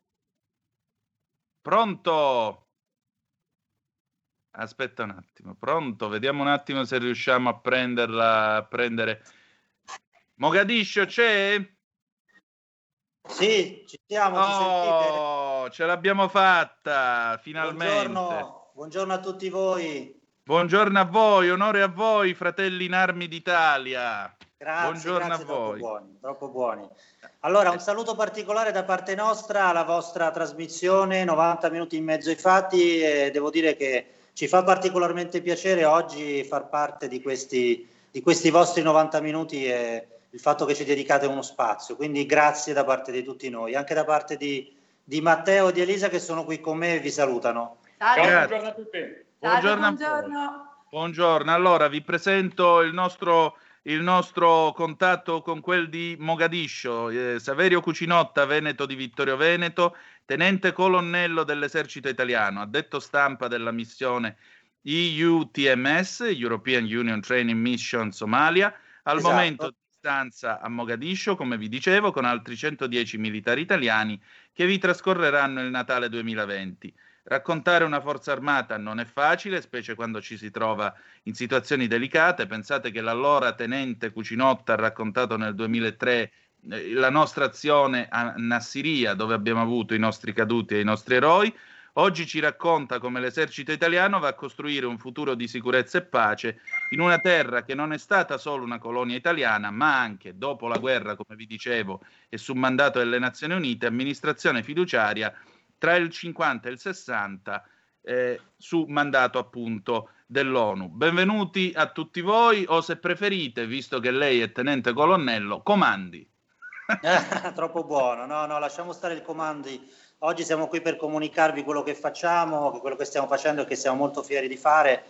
Pronto? Aspetta un attimo. Pronto? Vediamo un attimo se riusciamo a prenderla, a prendere. Mogadiscio c'è? Sì, ci siamo, oh, ci sentite? Ce l'abbiamo fatta, finalmente. Buongiorno, buongiorno a tutti voi. Buongiorno a voi, onore a voi, fratelli in armi d'Italia. Grazie, buongiorno grazie, a voi. Troppo buoni, troppo buoni. Allora, un saluto particolare da parte nostra alla vostra trasmissione novanta minuti in mezzo ai fatti, e devo dire che ci fa particolarmente piacere oggi far parte di questi, di questi vostri novanta minuti e il fatto che ci dedicate uno spazio, quindi grazie da parte di tutti noi, anche da parte di, di Matteo e di Elisa che sono qui con me e vi salutano. Ciao, buongiorno a tutti. Buongiorno, buongiorno. Buongiorno, allora vi presento il nostro... il nostro contatto con quel di Mogadiscio, eh, Saverio Cucinotta, veneto di Vittorio Veneto, tenente colonnello dell'esercito italiano, addetto stampa della missione E U T M S, European Union Training Mission Somalia, al Esatto. momento di stanza a Mogadiscio, come vi dicevo, con altri centodieci militari italiani che vi trascorreranno il Natale duemilaventi. Raccontare una forza armata non è facile, specie quando ci si trova in situazioni delicate. Pensate che l'allora tenente Cucinotta ha raccontato nel duemilatré eh, la nostra azione a Nassiria, dove abbiamo avuto i nostri caduti e i nostri eroi. Oggi ci racconta come l'esercito italiano va a costruire un futuro di sicurezza e pace in una terra che non è stata solo una colonia italiana, ma anche, dopo la guerra, come vi dicevo, e su mandato delle Nazioni Unite, amministrazione fiduciaria tra il cinquanta e il sessanta eh, su mandato appunto dell'ONU. Benvenuti a tutti voi, o se preferite, visto che lei è tenente colonnello, comandi. Troppo buono, no, no, lasciamo stare il comandi. Oggi siamo qui per comunicarvi quello che facciamo, quello che stiamo facendo e che siamo molto fieri di fare.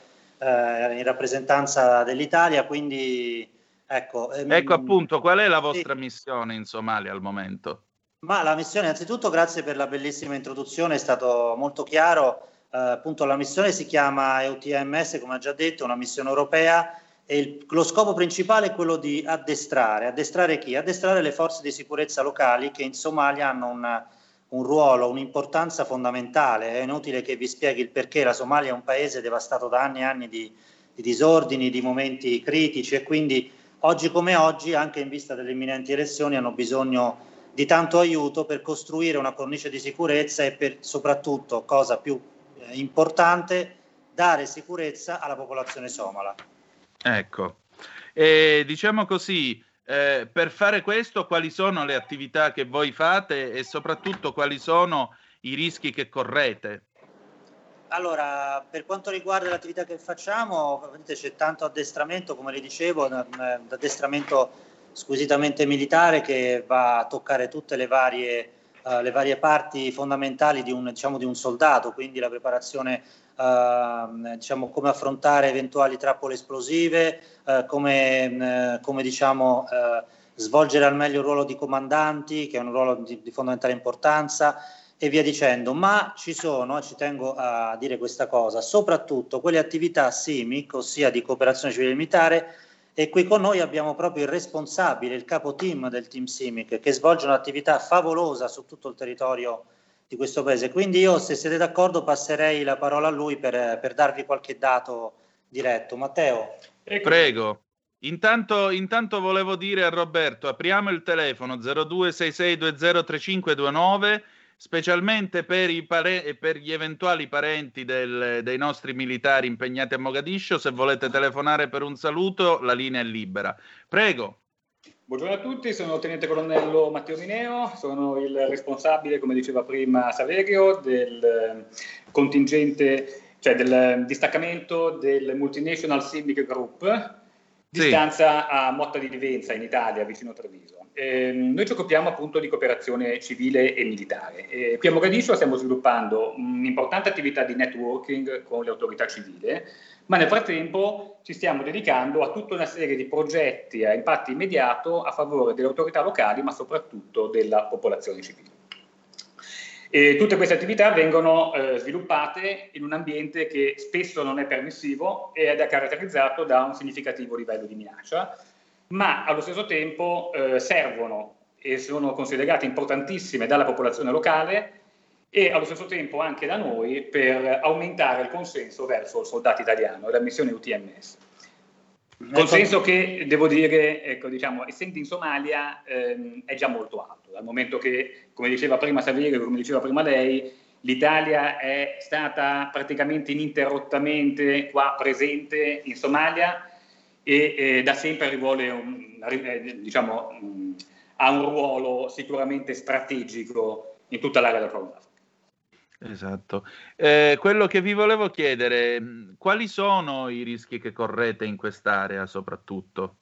eh, in rappresentanza dell'Italia, quindi ecco. Ehm, ecco appunto, qual è la vostra sì. missione in Somalia al momento? Ma la missione, innanzitutto grazie per la bellissima introduzione, è stato molto chiaro, eh, appunto la missione si chiama E U T M S, come ha già detto, una missione europea, e il, lo scopo principale è quello di addestrare, addestrare chi? Addestrare le forze di sicurezza locali che in Somalia hanno una, un ruolo, un'importanza fondamentale. È inutile che vi spieghi il perché. La Somalia è un paese devastato da anni e anni di, di disordini, di momenti critici, e quindi oggi come oggi, anche in vista delle imminenti elezioni, hanno bisogno di tanto aiuto per costruire una cornice di sicurezza e per soprattutto, cosa più eh, importante, dare sicurezza alla popolazione somala. Ecco, e diciamo così, eh, per fare questo quali sono le attività che voi fate e soprattutto quali sono i rischi che correte? Allora, per quanto riguarda l'attività che facciamo, ovviamente c'è tanto addestramento, come le dicevo, addestramento squisitamente militare che va a toccare tutte le varie, uh, le varie parti fondamentali di un, diciamo, di un soldato, quindi la preparazione, uh, diciamo, come affrontare eventuali trappole esplosive, uh, come, uh, come diciamo, uh, svolgere al meglio il ruolo di comandanti, che è un ruolo di, di fondamentale importanza, e via dicendo. Ma ci sono, ci tengo a dire questa cosa, soprattutto quelle attività S I M I C, ossia di cooperazione civile militare, e qui con noi abbiamo proprio il responsabile, il capo team del team S I M I C, che svolge un'attività favolosa su tutto il territorio di questo paese. Quindi io, se siete d'accordo, passerei la parola a lui per, per darvi qualche dato diretto. Matteo. Prego. Intanto, intanto volevo dire a Roberto, apriamo il telefono zero due sei sei due zero tre cinque due nove, specialmente per, i pare- per gli eventuali parenti del, dei nostri militari impegnati a Mogadiscio. Se volete telefonare per un saluto, la linea è libera. Prego. Buongiorno a tutti, sono il tenente colonnello Matteo Mineo, sono il responsabile, come diceva prima Saverio, del contingente, cioè del distaccamento del Multinational S I M I C Group, di Sì. stanza a Motta di Livenza, in Italia, vicino Treviso. Eh, noi ci occupiamo appunto di cooperazione civile e militare. Eh, qui a Mogadiscio stiamo sviluppando un'importante attività di networking con le autorità civili, ma nel frattempo ci stiamo dedicando a tutta una serie di progetti a impatto immediato a favore delle autorità locali, ma soprattutto della popolazione civile. E tutte queste attività vengono eh, sviluppate in un ambiente che spesso non è permissivo ed è caratterizzato da un significativo livello di minaccia, ma allo stesso tempo eh, servono e sono considerate importantissime dalla popolazione locale e allo stesso tempo anche da noi per aumentare il consenso verso il soldato italiano e la missione U T M S. Consenso che, devo dire, ecco, diciamo, essendo in Somalia ehm, è già molto alto, dal momento che, come diceva prima Saverio, come diceva prima lei, l'Italia è stata praticamente ininterrottamente qua presente in Somalia e eh, da sempre rivuole un, eh, diciamo, mh, ha un ruolo sicuramente strategico in tutta l'area del Corno d'Africa. Esatto. Eh, quello che vi volevo chiedere, quali sono i rischi che correte in quest'area soprattutto?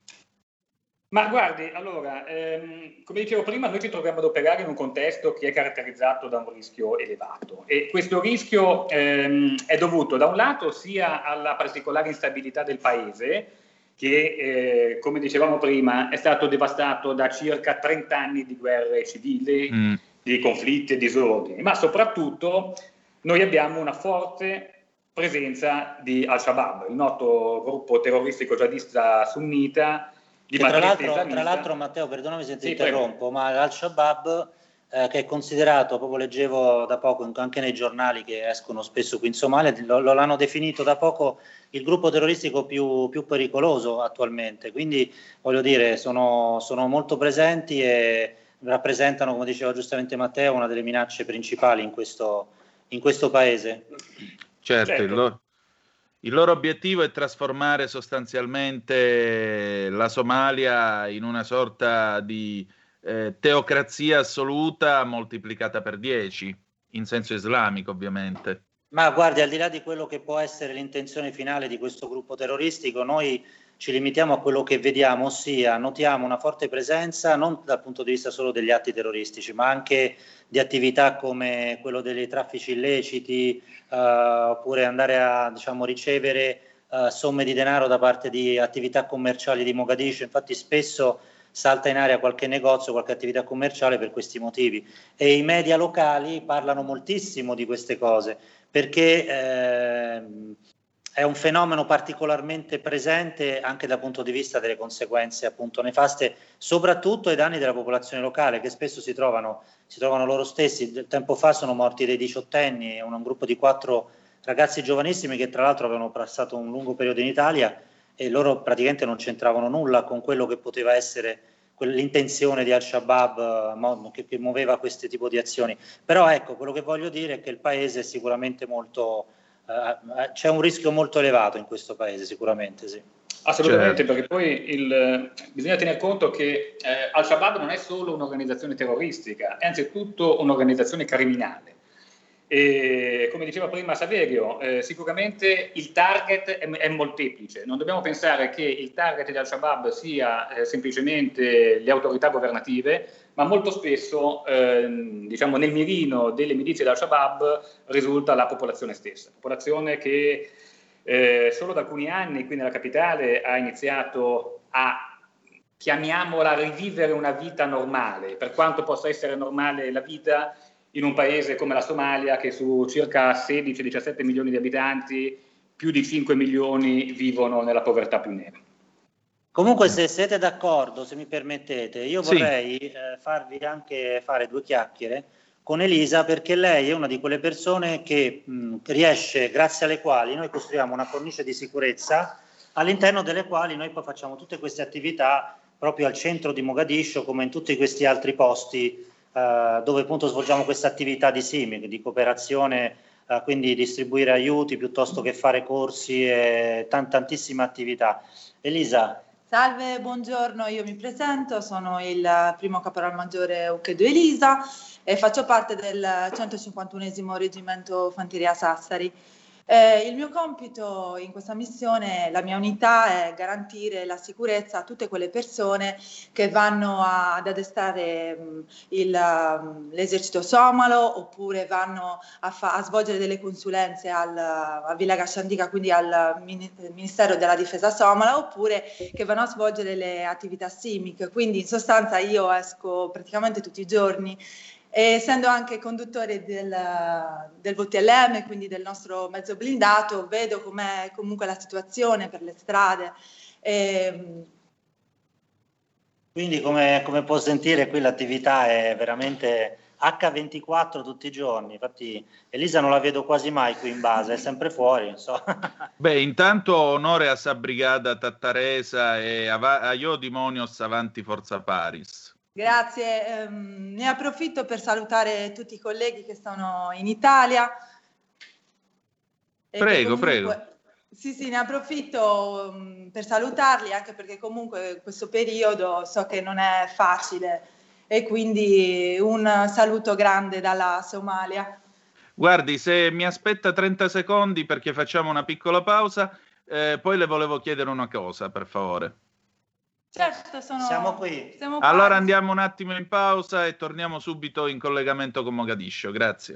Ma guardi, allora, ehm, come dicevo prima, noi ci troviamo ad operare in un contesto che è caratterizzato da un rischio elevato e questo rischio ehm, è dovuto da un lato sia alla particolare instabilità del paese, che eh, come dicevamo prima è stato devastato da circa trenta anni di guerre civili, mm. di conflitti e disordini, ma soprattutto noi abbiamo una forte presenza di Al-Shabaab, il noto gruppo terroristico jihadista sunnita di tra matrice l'altro, islamista. tra l'altro Matteo, perdonami se ti sì, interrompo, prego. Ma l'Al-Shabaab eh, che è considerato, proprio leggevo da poco anche nei giornali che escono spesso qui in Somalia, lo, lo l'hanno definito da poco il gruppo terroristico più, più pericoloso attualmente, quindi voglio dire sono, sono molto presenti e rappresentano, come diceva giustamente Matteo, una delle minacce principali in questo, in questo paese. Certo, certo. Il, loro, il loro obiettivo è trasformare sostanzialmente la Somalia in una sorta di eh, teocrazia assoluta moltiplicata per dieci, in senso islamico ovviamente. Ma guardi, al di là di quello che può essere l'intenzione finale di questo gruppo terroristico, noi ci limitiamo a quello che vediamo, ossia notiamo una forte presenza non dal punto di vista solo degli atti terroristici, ma anche di attività come quello dei traffici illeciti, eh, oppure andare a diciamo, ricevere uh, somme di denaro da parte di attività commerciali di Mogadiscio, infatti spesso salta in aria qualche negozio, qualche attività commerciale per questi motivi, e i media locali parlano moltissimo di queste cose perché eh, è un fenomeno particolarmente presente anche dal punto di vista delle conseguenze appunto nefaste, soprattutto ai danni della popolazione locale, che spesso si trovano, si trovano loro stessi. Tempo fa sono morti dei diciottenni, un, un gruppo di quattro ragazzi giovanissimi che tra l'altro avevano passato un lungo periodo in Italia e loro praticamente non c'entravano nulla con quello che poteva essere l'intenzione di Al-Shabaab che, che muoveva questo tipo di azioni. Però ecco, quello che voglio dire è che il paese è sicuramente molto... Uh, c'è un rischio molto elevato in questo paese, sicuramente sì. Assolutamente, certo. Perché poi il, bisogna tener conto che eh, Al-Shabaab non è solo un'organizzazione terroristica, è anzitutto un'organizzazione criminale. E come diceva prima Saverio, eh, sicuramente il target è, è molteplice. Non dobbiamo pensare che il target di Al-Shabaab sia eh, semplicemente le autorità governative, ma molto spesso eh, diciamo, nel mirino delle milizie di Al-Shabaab risulta la popolazione stessa, popolazione che eh, solo da alcuni anni qui nella capitale ha iniziato a, chiamiamola, rivivere una vita normale, per quanto possa essere normale la vita in un paese come la Somalia, che su circa sedici diciassette milioni di abitanti, più di cinque milioni vivono nella povertà più nera. Comunque, se siete d'accordo, se mi permettete, io vorrei sì. eh, farvi anche fare due chiacchiere con Elisa, perché lei è una di quelle persone che mh, riesce, grazie alle quali noi costruiamo una cornice di sicurezza all'interno delle quali noi poi facciamo tutte queste attività proprio al centro di Mogadiscio, come in tutti questi altri posti Uh, dove appunto svolgiamo questa attività di simil, di cooperazione, uh, quindi distribuire aiuti piuttosto che fare corsi e t- tantissime attività. Elisa. Salve, buongiorno, io mi presento, sono il primo caporalmaggiore Uchedu Elisa e faccio parte del centocinquantunesimo Reggimento Fanteria Sassari. Eh, il mio compito in questa missione, la mia unità, è garantire la sicurezza a tutte quelle persone che vanno a, ad addestrare mh, il, um, l'esercito somalo, oppure vanno a, fa- a svolgere delle consulenze al, a Villa Gasciandica, quindi al mini- Ministero della Difesa somala, oppure che vanno a svolgere le attività SIMIC. Quindi in sostanza io esco praticamente tutti i giorni. E essendo anche conduttore del, del V T L M, quindi del nostro mezzo blindato, vedo com'è comunque la situazione per le strade. E... Quindi come, come può sentire qui l'attività è veramente acca ventiquattro tutti i giorni, infatti Elisa non la vedo quasi mai qui in base, è sempre fuori. Non so. Beh, intanto onore a Sa Brigada Tattaresa e a, a Io Dimonios Avanti Forza Paris. Grazie, um, ne approfitto per salutare tutti i colleghi che sono in Italia. Prego, comunque, prego. Sì, sì, ne approfitto um, per salutarli, anche perché comunque questo periodo so che non è facile, e quindi un saluto grande dalla Somalia. Guardi, se mi aspetta trenta secondi perché facciamo una piccola pausa, eh, poi le volevo chiedere una cosa, per favore. Certo, sono... siamo qui. Siamo allora andiamo un attimo in pausa e torniamo subito in collegamento con Mogadiscio. Grazie.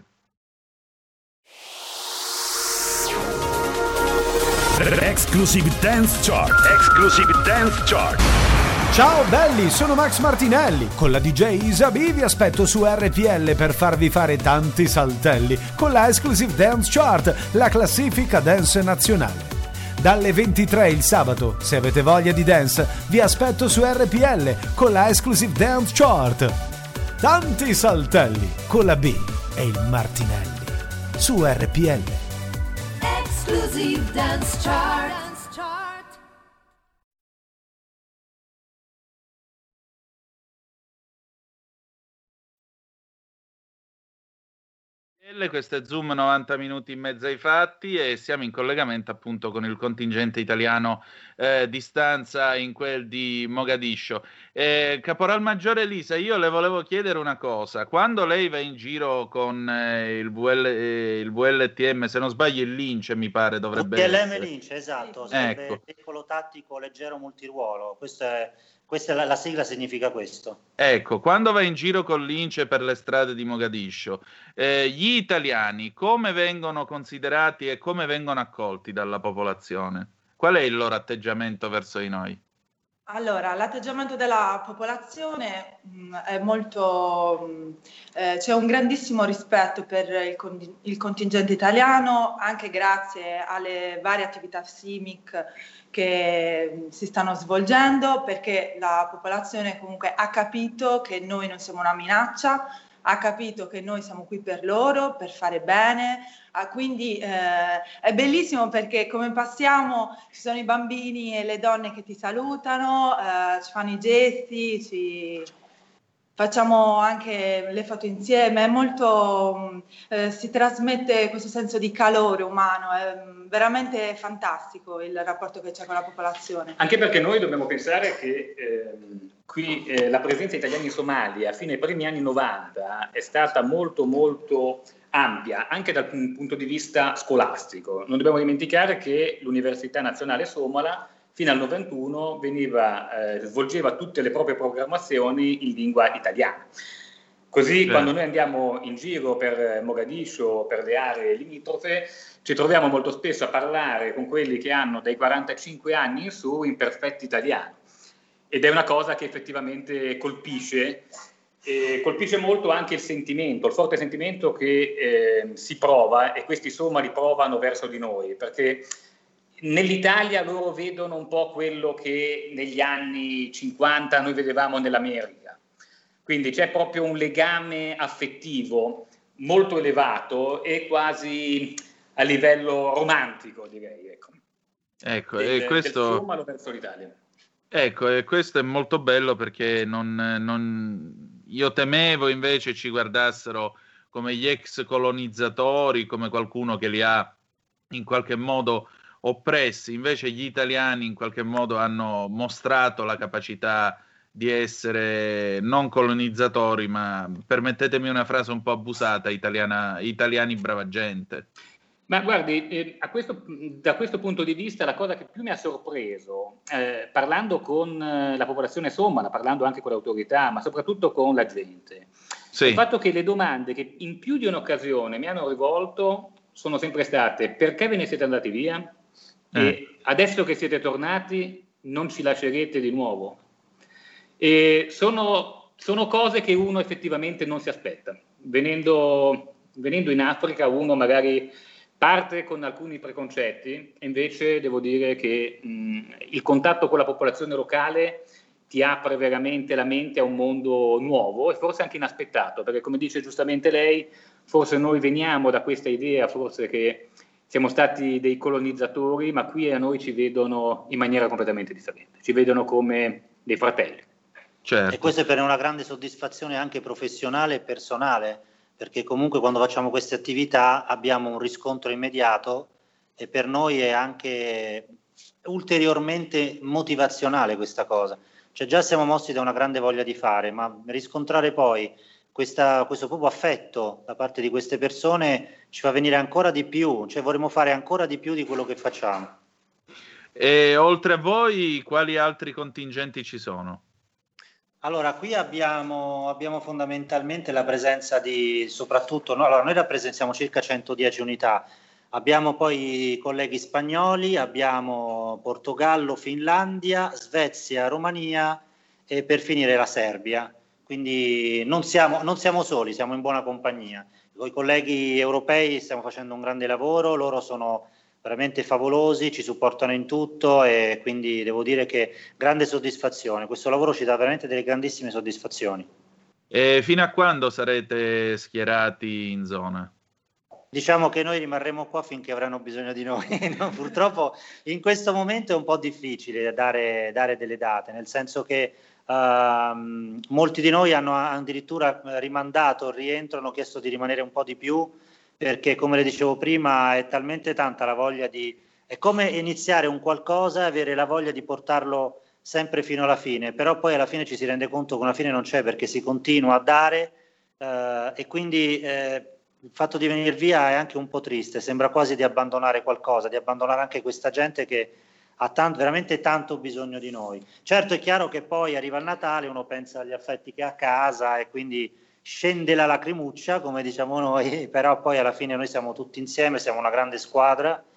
Exclusive Dance Chart. Exclusive Dance Chart. Ciao belli, sono Max Martinelli. Con la D J Isabi vi aspetto su R P L per farvi fare tanti saltelli con la Exclusive Dance Chart, la classifica dance nazionale. Dalle ventitré il sabato, se avete voglia di dance, vi aspetto su R P L con la Exclusive Dance Chart. Tanti saltelli con la B e il Martinelli su R P L. Exclusive Dance Chart. Questo è Zoom novanta minuti in mezzo ai fatti e siamo in collegamento appunto con il contingente italiano eh, di stanza in quel di Mogadiscio. Eh, Caporal Maggiore Elisa, io le volevo chiedere una cosa: quando lei va in giro con eh, il, V L, eh, il V L T M, se non sbaglio il Lince mi pare dovrebbe V T L M essere. Lince, esatto, sarebbe ecco. Piccolo tattico leggero multiruolo, questo è... Questa è la, la sigla significa questo. Ecco, quando vai in giro con l'Ince per le strade di Mogadiscio, eh, gli italiani come vengono considerati e come vengono accolti dalla popolazione? qual è il loro atteggiamento verso di noi? Allora, l'atteggiamento della popolazione mh, è molto, mh, eh, c'è un grandissimo rispetto per il, con- il contingente italiano, anche grazie alle varie attività SIMIC che mh, si stanno svolgendo, perché la popolazione comunque ha capito che noi non siamo una minaccia, ha capito che noi siamo qui per loro, per fare bene, ah, quindi eh, è bellissimo perché come passiamo ci sono i bambini e le donne che ti salutano, eh, ci fanno i gesti, ci facciamo anche le foto insieme, è molto, eh, si trasmette questo senso di calore umano, è veramente fantastico il rapporto che c'è con la popolazione. Anche perché noi dobbiamo pensare che ehm, qui eh, la presenza italiana in Somalia a fine primi anni novanta è stata molto molto ampia, anche dal punto di vista scolastico. Non dobbiamo dimenticare che l'Università Nazionale Somala fino al novantuno veniva, eh, svolgeva tutte le proprie programmazioni in lingua italiana. Così certo. Quando noi andiamo in giro per Mogadiscio, per le aree limitrofe, ci troviamo molto spesso a parlare con quelli che hanno dai quarantacinque anni in su in perfetto italiano. Ed è una cosa che effettivamente colpisce, e colpisce molto anche il sentimento, il forte sentimento che eh, si prova, e questi somali provano verso di noi, perché nell'Italia loro vedono un po' quello che negli anni cinquanta noi vedevamo nell'America. Quindi c'è proprio un legame affettivo molto elevato e quasi a livello romantico, direi. Ecco, ecco del, e questo... del somalo verso l'Italia. Ecco, e questo è molto bello perché non, non... io temevo invece ci guardassero come gli ex colonizzatori, come qualcuno che li ha in qualche modo oppressi. Invece gli italiani in qualche modo hanno mostrato la capacità di essere non colonizzatori, ma permettetemi una frase un po' abusata, italiana, italiani brava gente. Ma guardi, eh, a questo, da questo punto di vista la cosa che più mi ha sorpreso, eh, parlando con eh, la popolazione somala, parlando anche con le autorità, ma soprattutto con la gente, sì. Il fatto che le domande che in più di un'occasione mi hanno rivolto sono sempre state: perché ve ne siete andati via? Eh. E adesso che siete tornati non ci lascerete di nuovo? E sono, sono cose che uno effettivamente non si aspetta. Venendo, venendo in Africa uno magari parte con alcuni preconcetti, e invece devo dire che mh, il contatto con la popolazione locale ti apre veramente la mente a un mondo nuovo e forse anche inaspettato, perché come dice giustamente lei, forse noi veniamo da questa idea, forse che siamo stati dei colonizzatori, ma qui a noi ci vedono in maniera completamente differente, ci vedono come dei fratelli. Certo. E questo è per una grande soddisfazione anche professionale e personale, perché comunque quando facciamo queste attività abbiamo un riscontro immediato e per noi è anche ulteriormente motivazionale questa cosa. Cioè già siamo mossi da una grande voglia di fare, ma riscontrare poi questa, questo proprio affetto da parte di queste persone ci fa venire ancora di più, cioè vorremmo fare ancora di più di quello che facciamo. E oltre a voi, quali altri contingenti ci sono? Allora, qui abbiamo, abbiamo fondamentalmente la presenza di, soprattutto, no, allora noi rappresentiamo circa centodieci unità, abbiamo poi i colleghi spagnoli, abbiamo Portogallo, Finlandia, Svezia, Romania e per finire la Serbia, quindi non siamo, non siamo soli, siamo in buona compagnia. Con i colleghi europei stiamo facendo un grande lavoro, loro sono veramente favolosi, ci supportano in tutto e quindi devo dire che grande soddisfazione, questo lavoro ci dà veramente delle grandissime soddisfazioni. E fino a quando sarete schierati in zona? Diciamo che noi rimarremo qua finché avranno bisogno di noi. No, purtroppo in questo momento è un po' difficile dare, dare delle date, nel senso che uh, molti di noi hanno addirittura rimandato il rientro, hanno chiesto di rimanere un po' di più, perché come le dicevo prima è talmente tanta la voglia di, è come iniziare un qualcosa e avere la voglia di portarlo sempre fino alla fine, però poi alla fine ci si rende conto che una fine non c'è perché si continua a dare eh, e quindi eh, il fatto di venire via è anche un po' triste, sembra quasi di abbandonare qualcosa, di abbandonare anche questa gente che ha tanto, veramente tanto bisogno di noi. Certo è chiaro che poi arriva il Natale, uno pensa agli affetti che ha a casa e quindi scende la lacrimuccia, come diciamo noi, però poi alla fine noi siamo tutti insieme, siamo una grande squadra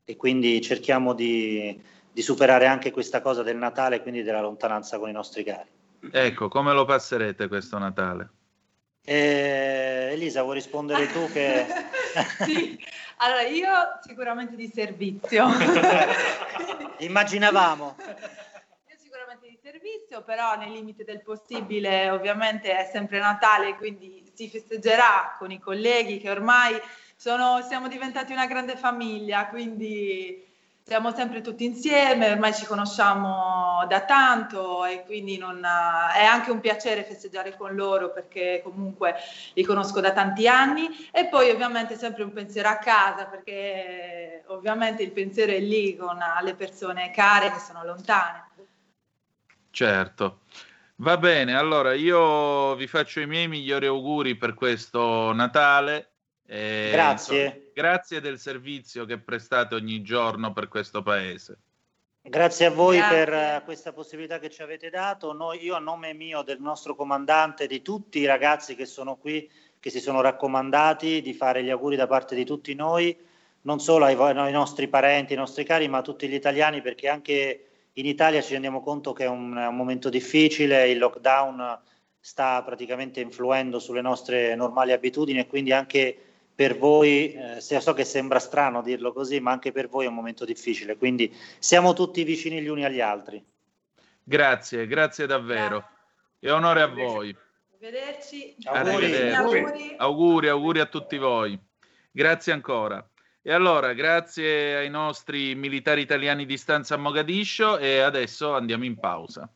e quindi cerchiamo di, di superare anche questa cosa del Natale e quindi della lontananza con i nostri cari. Ecco, come lo passerete questo Natale? Eh, Elisa, vuoi rispondere tu? Che... Sì, allora io sicuramente di servizio. Immaginavamo. Io sicuramente di servizio, però nel limite del possibile, ovviamente è sempre Natale, quindi si festeggerà con i colleghi che ormai sono, siamo diventati una grande famiglia, quindi siamo sempre tutti insieme, ormai ci conosciamo da tanto e quindi non, è anche un piacere festeggiare con loro perché comunque li conosco da tanti anni e poi ovviamente sempre un pensiero a casa perché ovviamente il pensiero è lì con le persone care che sono lontane. Certo. Va bene, allora io vi faccio i miei migliori auguri per questo Natale. Eh, Grazie. Insomma, grazie del servizio che prestate ogni giorno per questo paese. Grazie a voi Grazie. per questa possibilità che ci avete dato. Noi, io a nome mio, del nostro comandante, di tutti i ragazzi che sono qui, che si sono raccomandati di fare gli auguri da parte di tutti noi, non solo ai, ai nostri parenti, ai nostri cari, ma a tutti gli italiani, perché anche in Italia ci rendiamo conto che è un, è un momento difficile, il lockdown sta praticamente influendo sulle nostre normali abitudini e quindi anche per voi, eh, so che sembra strano dirlo così, ma anche per voi è un momento difficile, quindi siamo tutti vicini gli uni agli altri. Grazie, grazie davvero. E onore a voi. Arrivederci. Arrivederci. Auguri. Auguri, auguri a tutti voi. Grazie ancora. E allora, grazie ai nostri militari italiani di stanza a Mogadiscio e adesso andiamo in pausa.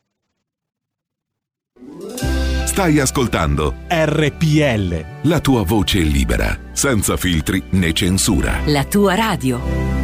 Stai ascoltando R P L, la tua voce libera, senza filtri né censura. La tua radio.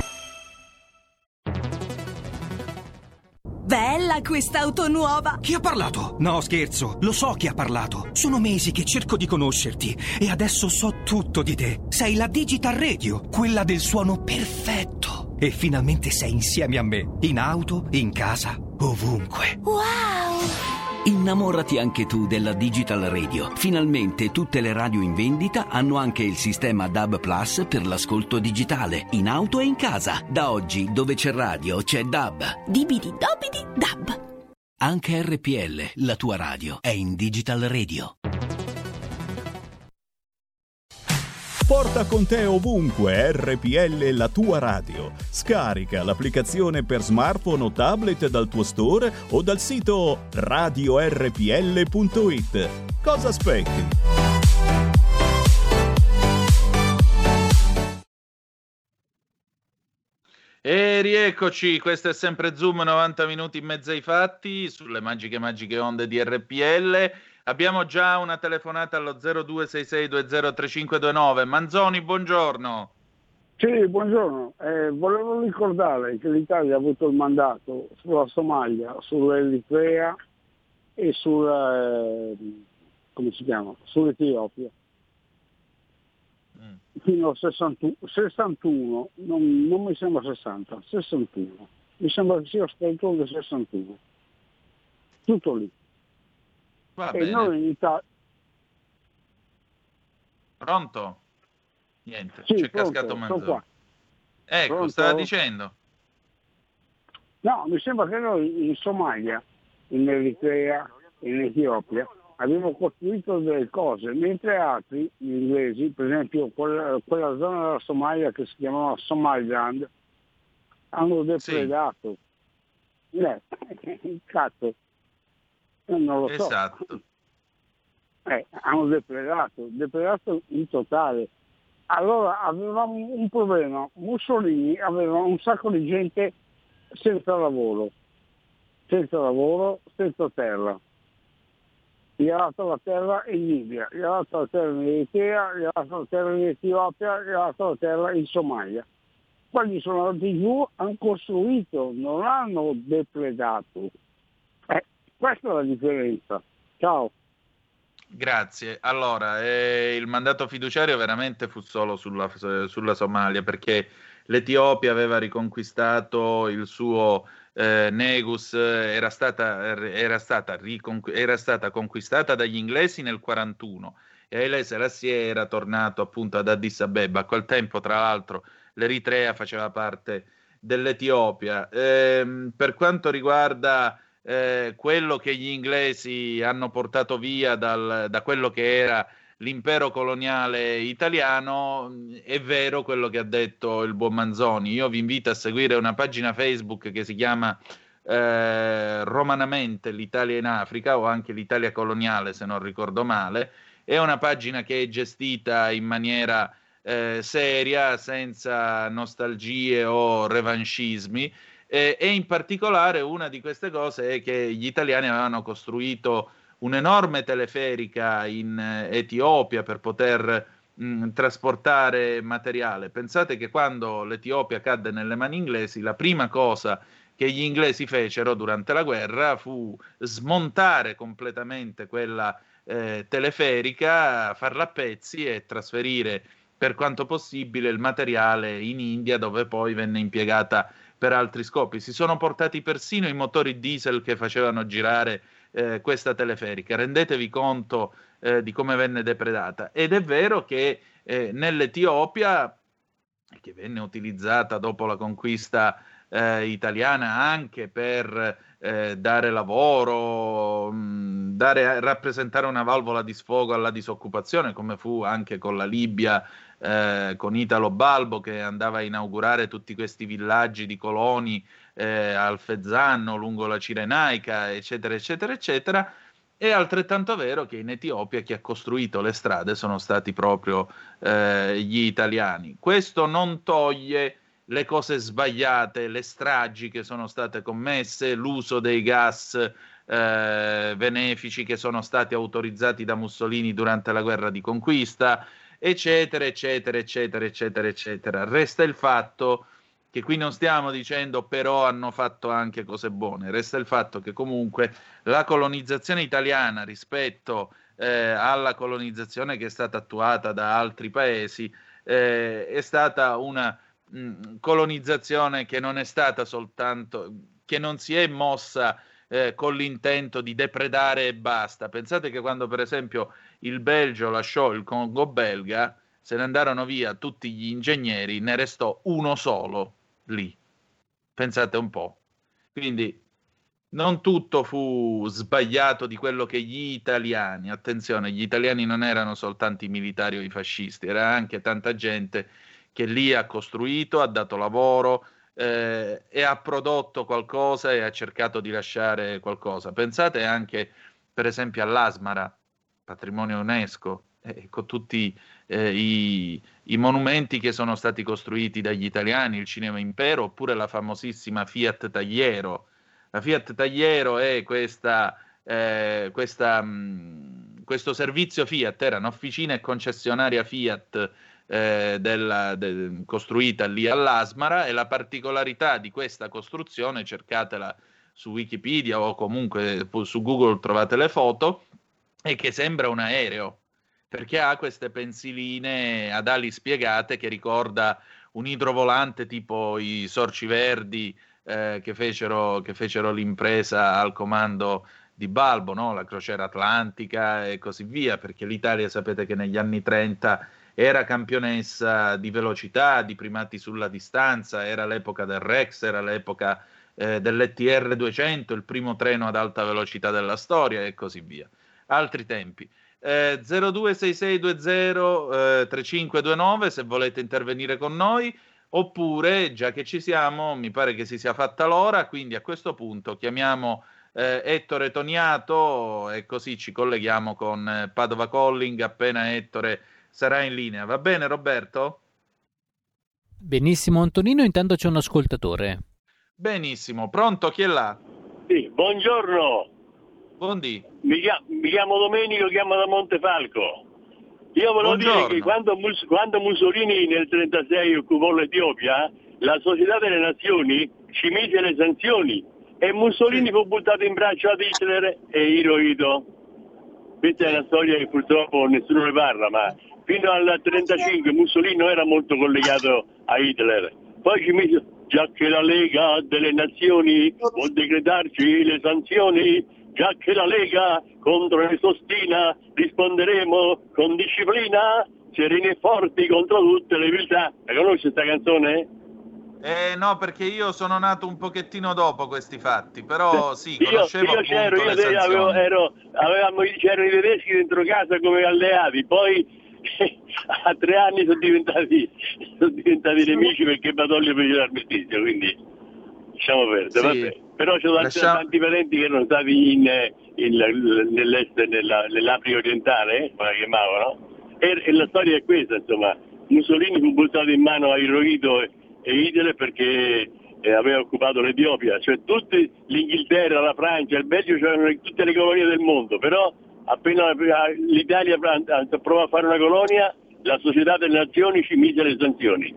Bella quest'auto nuova! Chi ha parlato? No, scherzo, lo so chi ha parlato. Sono mesi che cerco di conoscerti e adesso so tutto di te. Sei la Digital Radio, quella del suono perfetto. E finalmente sei insieme a me, in auto, in casa, ovunque. Wow! Innamorati anche tu della Digital Radio. Finalmente tutte le radio in vendita hanno anche il sistema D A B Plus per l'ascolto digitale, in auto e in casa. Da oggi, dove c'è radio, c'è D A B. Dibidi dobidi D A B. Anche R P L, la tua radio, è in Digital Radio. Porta con te ovunque R P L, la tua radio. Scarica l'applicazione per smartphone o tablet dal tuo store o dal sito radio erre pi elle punto it. Cosa aspetti? E rieccoci, questo è sempre Zoom, novanta minuti in mezzo ai fatti, sulle magiche magiche onde di R P L. Abbiamo già una telefonata allo zero due sei sei due zero tre cinque due nove. Manzoni, buongiorno. Sì, buongiorno. Eh, volevo ricordare che l'Italia ha avuto il mandato sulla Somalia, sull'Eritrea e sulla, eh, come si chiama? Sull'Etiopia. Mm. Fino al sessantuno, sessantuno non, non mi sembra sessanta, sessantuno. Mi sembra che sia stato del sessantuno. Tutto lì. Va e bene. noi in Italia... Pronto? Niente, sì, c'è pronto, cascato Manzoni. qua. Ecco, Pronto? stava dicendo. No, mi sembra che noi in Somalia, in Eritrea, in Etiopia, abbiamo costruito delle cose, mentre altri, gli inglesi, per esempio quella, quella zona della Somalia che si chiamava Somaliland, hanno depredato. Sì. Eh, cazzo. Non lo so. Esatto. Eh, hanno depredato, depredato in totale. Allora avevamo un problema, Mussolini aveva un sacco di gente senza lavoro, senza lavoro, senza terra. Gli ha dato la terra in Libia, gli ha dato la terra in Eritrea, gli ha dato la terra in Etiopia, gli ha dato la terra in Somalia. Quelli sono andati giù, hanno costruito, non hanno depredato. Eh, questa è la differenza. Ciao. Grazie. Allora, eh, il mandato fiduciario veramente fu solo sulla, sulla Somalia, perché l'Etiopia aveva riconquistato il suo eh, Negus, era stata, era, stata riconqu- era stata conquistata dagli inglesi nel quarantuno e Haile Selassie era tornato appunto ad Addis Abeba. A quel tempo, tra l'altro, l'Eritrea faceva parte dell'Etiopia. Eh, per quanto riguarda eh, quello che gli inglesi hanno portato via dal, da quello che era l'impero coloniale italiano, è vero quello che ha detto il buon Manzoni. Io vi invito a seguire una pagina Facebook che si chiama eh, romanamente l'Italia in Africa, o anche l'Italia coloniale se non ricordo male. È una pagina che è gestita in maniera eh, seria, senza nostalgie o revanchismi, eh, e in particolare una di queste cose è che gli italiani avevano costruito un'enorme teleferica in Etiopia per poter mh, trasportare materiale. Pensate che quando l'Etiopia cadde nelle mani inglesi, la prima cosa che gli inglesi fecero durante la guerra fu smontare completamente quella eh, teleferica, farla a pezzi e trasferire per quanto possibile il materiale in India, dove poi venne impiegata per altri scopi. Si sono portati persino i motori diesel che facevano girare Eh, questa teleferica. Rendetevi conto eh, di come venne depredata. Ed è vero che eh, nell'Etiopia, che venne utilizzata dopo la conquista eh, italiana anche per eh, dare lavoro, mh, dare, rappresentare una valvola di sfogo alla disoccupazione, come fu anche con la Libia, eh, con Italo Balbo, che andava a inaugurare tutti questi villaggi di coloni Eh, al Fezzanno, lungo la Cirenaica, eccetera, eccetera, eccetera. È altrettanto vero che in Etiopia chi ha costruito le strade sono stati proprio eh, gli italiani. Questo non toglie le cose sbagliate, le stragi che sono state commesse, l'uso dei gas eh, benefici che sono stati autorizzati da Mussolini durante la guerra di conquista, eccetera, eccetera, eccetera, eccetera, eccetera. Resta il fatto che qui non stiamo dicendo però hanno fatto anche cose buone, resta il fatto che comunque la colonizzazione italiana rispetto eh, alla colonizzazione che è stata attuata da altri paesi eh, è stata una mh, colonizzazione che non è stata soltanto, che non si è mossa eh, con l'intento di depredare e basta. Pensate che quando per esempio il Belgio lasciò il Congo belga, se ne andarono via tutti gli ingegneri, ne restò uno solo lì. Pensate un po'. Quindi non tutto fu sbagliato di quello che gli italiani, attenzione, gli italiani non erano soltanto i militari o i fascisti, era anche tanta gente che lì ha costruito, ha dato lavoro eh, e ha prodotto qualcosa e ha cercato di lasciare qualcosa. Pensate anche per esempio all'Asmara, patrimonio UNESCO, eh, con tutti eh, i, i monumenti che sono stati costruiti dagli italiani, il Cinema Impero, oppure la famosissima Fiat Tagliero. La Fiat Tagliero è questa, eh, questa, mh, questo servizio Fiat, era un'officina e concessionaria Fiat eh, della, de, costruita lì all'Asmara, e la particolarità di questa costruzione, cercatela su Wikipedia o comunque su Google trovate le foto, è che sembra un aereo, perché ha queste pensiline ad ali spiegate che ricorda un idrovolante tipo i Sorci Verdi eh, che, fecero, che fecero l'impresa al comando di Balbo, no? La crociera atlantica e così via, perché l'Italia sapete che negli anni trenta era campionessa di velocità, di primati sulla distanza, era l'epoca del Rex, era l'epoca eh, dell'E T R duecento, il primo treno ad alta velocità della storia e così via. Altri tempi. Eh, zero due sei sei due zero eh, tre cinque due nove se volete intervenire con noi, oppure già che ci siamo mi pare che si sia fatta l'ora, quindi a questo punto chiamiamo eh, Ettore Toniato e così ci colleghiamo con eh, Padova Calling appena Ettore sarà in linea. Va bene Roberto? Benissimo Antonino, intanto c'è un ascoltatore. Benissimo, pronto, chi è là? Sì, buongiorno. Buondì. Mi chiamo, mi chiamo Domenico, chiamo da Montefalco. Io volevo Buongiorno. dire che quando, Mus- quando Mussolini nel trentasei occupò l'Etiopia, la Società delle Nazioni ci mise le sanzioni e Mussolini sì. fu buttato in braccio ad Hitler e Hirohito. Questa è una storia che purtroppo nessuno ne parla, ma fino al trentacinque Mussolini non era molto collegato a Hitler. Poi ci mise, già che la Lega delle Nazioni vuol decretarci le sanzioni, già che la Lega contro ne sostina, risponderemo con disciplina, sereni e forti contro tutte le viltà. La conosce questa canzone? Eh no, perché io sono nato un pochettino dopo questi fatti, però sì, io, conoscevo io c'ero, appunto io le avevo, sanzioni. ero, avevamo, c'erano i tedeschi dentro casa come alleati, poi a tre anni sono diventati, sono diventati nemici perché Badoglio fece l'armistizio, quindi lasciamo perdere, Sì. vabbè. Però c'ho tanti, Lasciamo... tanti parenti che erano stati in, in, nell'est, nella, nell'Africa orientale, eh, come la chiamavano, e, e la storia è questa, insomma. Mussolini fu buttato in mano a Hirohito e, e Hitler perché eh, aveva occupato l'Etiopia, cioè tutti, l'Inghilterra, la Francia, il Belgio, c'erano tutte le colonie del mondo, però appena l'Italia provò a fare una colonia, la Società delle Nazioni ci mise le sanzioni.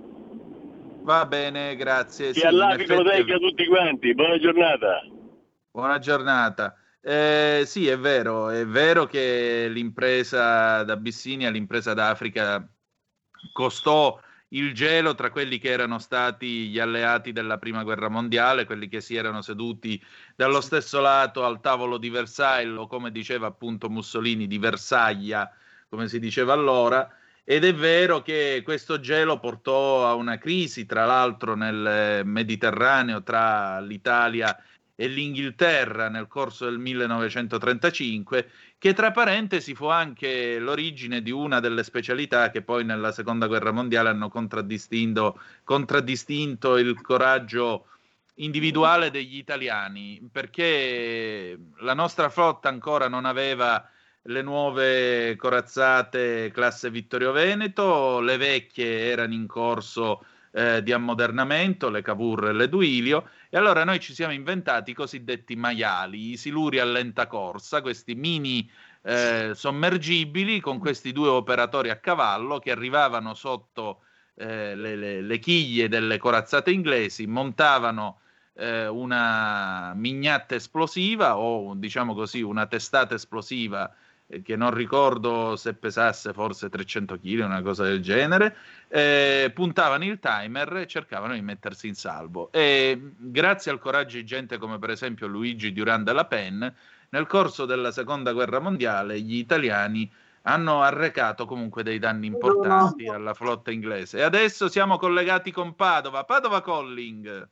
Va bene, grazie. Ti sì, all'apico effetti... a tutti quanti, buona giornata. Buona giornata. Eh, sì, è vero, è vero che l'impresa d'Abissinia, l'impresa d'Africa costò il gelo tra quelli che erano stati gli alleati della prima guerra mondiale, quelli che si erano seduti dallo stesso lato al tavolo di Versailles, o come diceva appunto Mussolini, di Versaglia, come si diceva allora, ed è vero che questo gelo portò a una crisi, tra l'altro nel Mediterraneo, tra l'Italia e l'Inghilterra nel corso del millenovecentotrentacinque, che tra parentesi fu anche l'origine di una delle specialità che poi nella seconda guerra mondiale hanno contraddistinto, contraddistinto il coraggio individuale degli italiani, perché la nostra flotta ancora non aveva le nuove corazzate classe Vittorio Veneto, le vecchie erano in corso eh, di ammodernamento, le Cavour e le Duilio, e allora noi ci siamo inventati i cosiddetti maiali, i siluri a lenta corsa, questi mini eh, sommergibili con questi due operatori a cavallo che arrivavano sotto eh, le, le, le chiglie delle corazzate inglesi, montavano eh, una mignatta esplosiva o diciamo così una testata esplosiva che non ricordo se pesasse forse trecento chili, una cosa del genere, eh, puntavano il timer e cercavano di mettersi in salvo. E grazie al coraggio di gente come per esempio Luigi Durand de la Pen, nel corso della seconda guerra mondiale gli italiani hanno arrecato comunque dei danni importanti alla flotta inglese. E adesso siamo collegati con Padova. Padova Calling.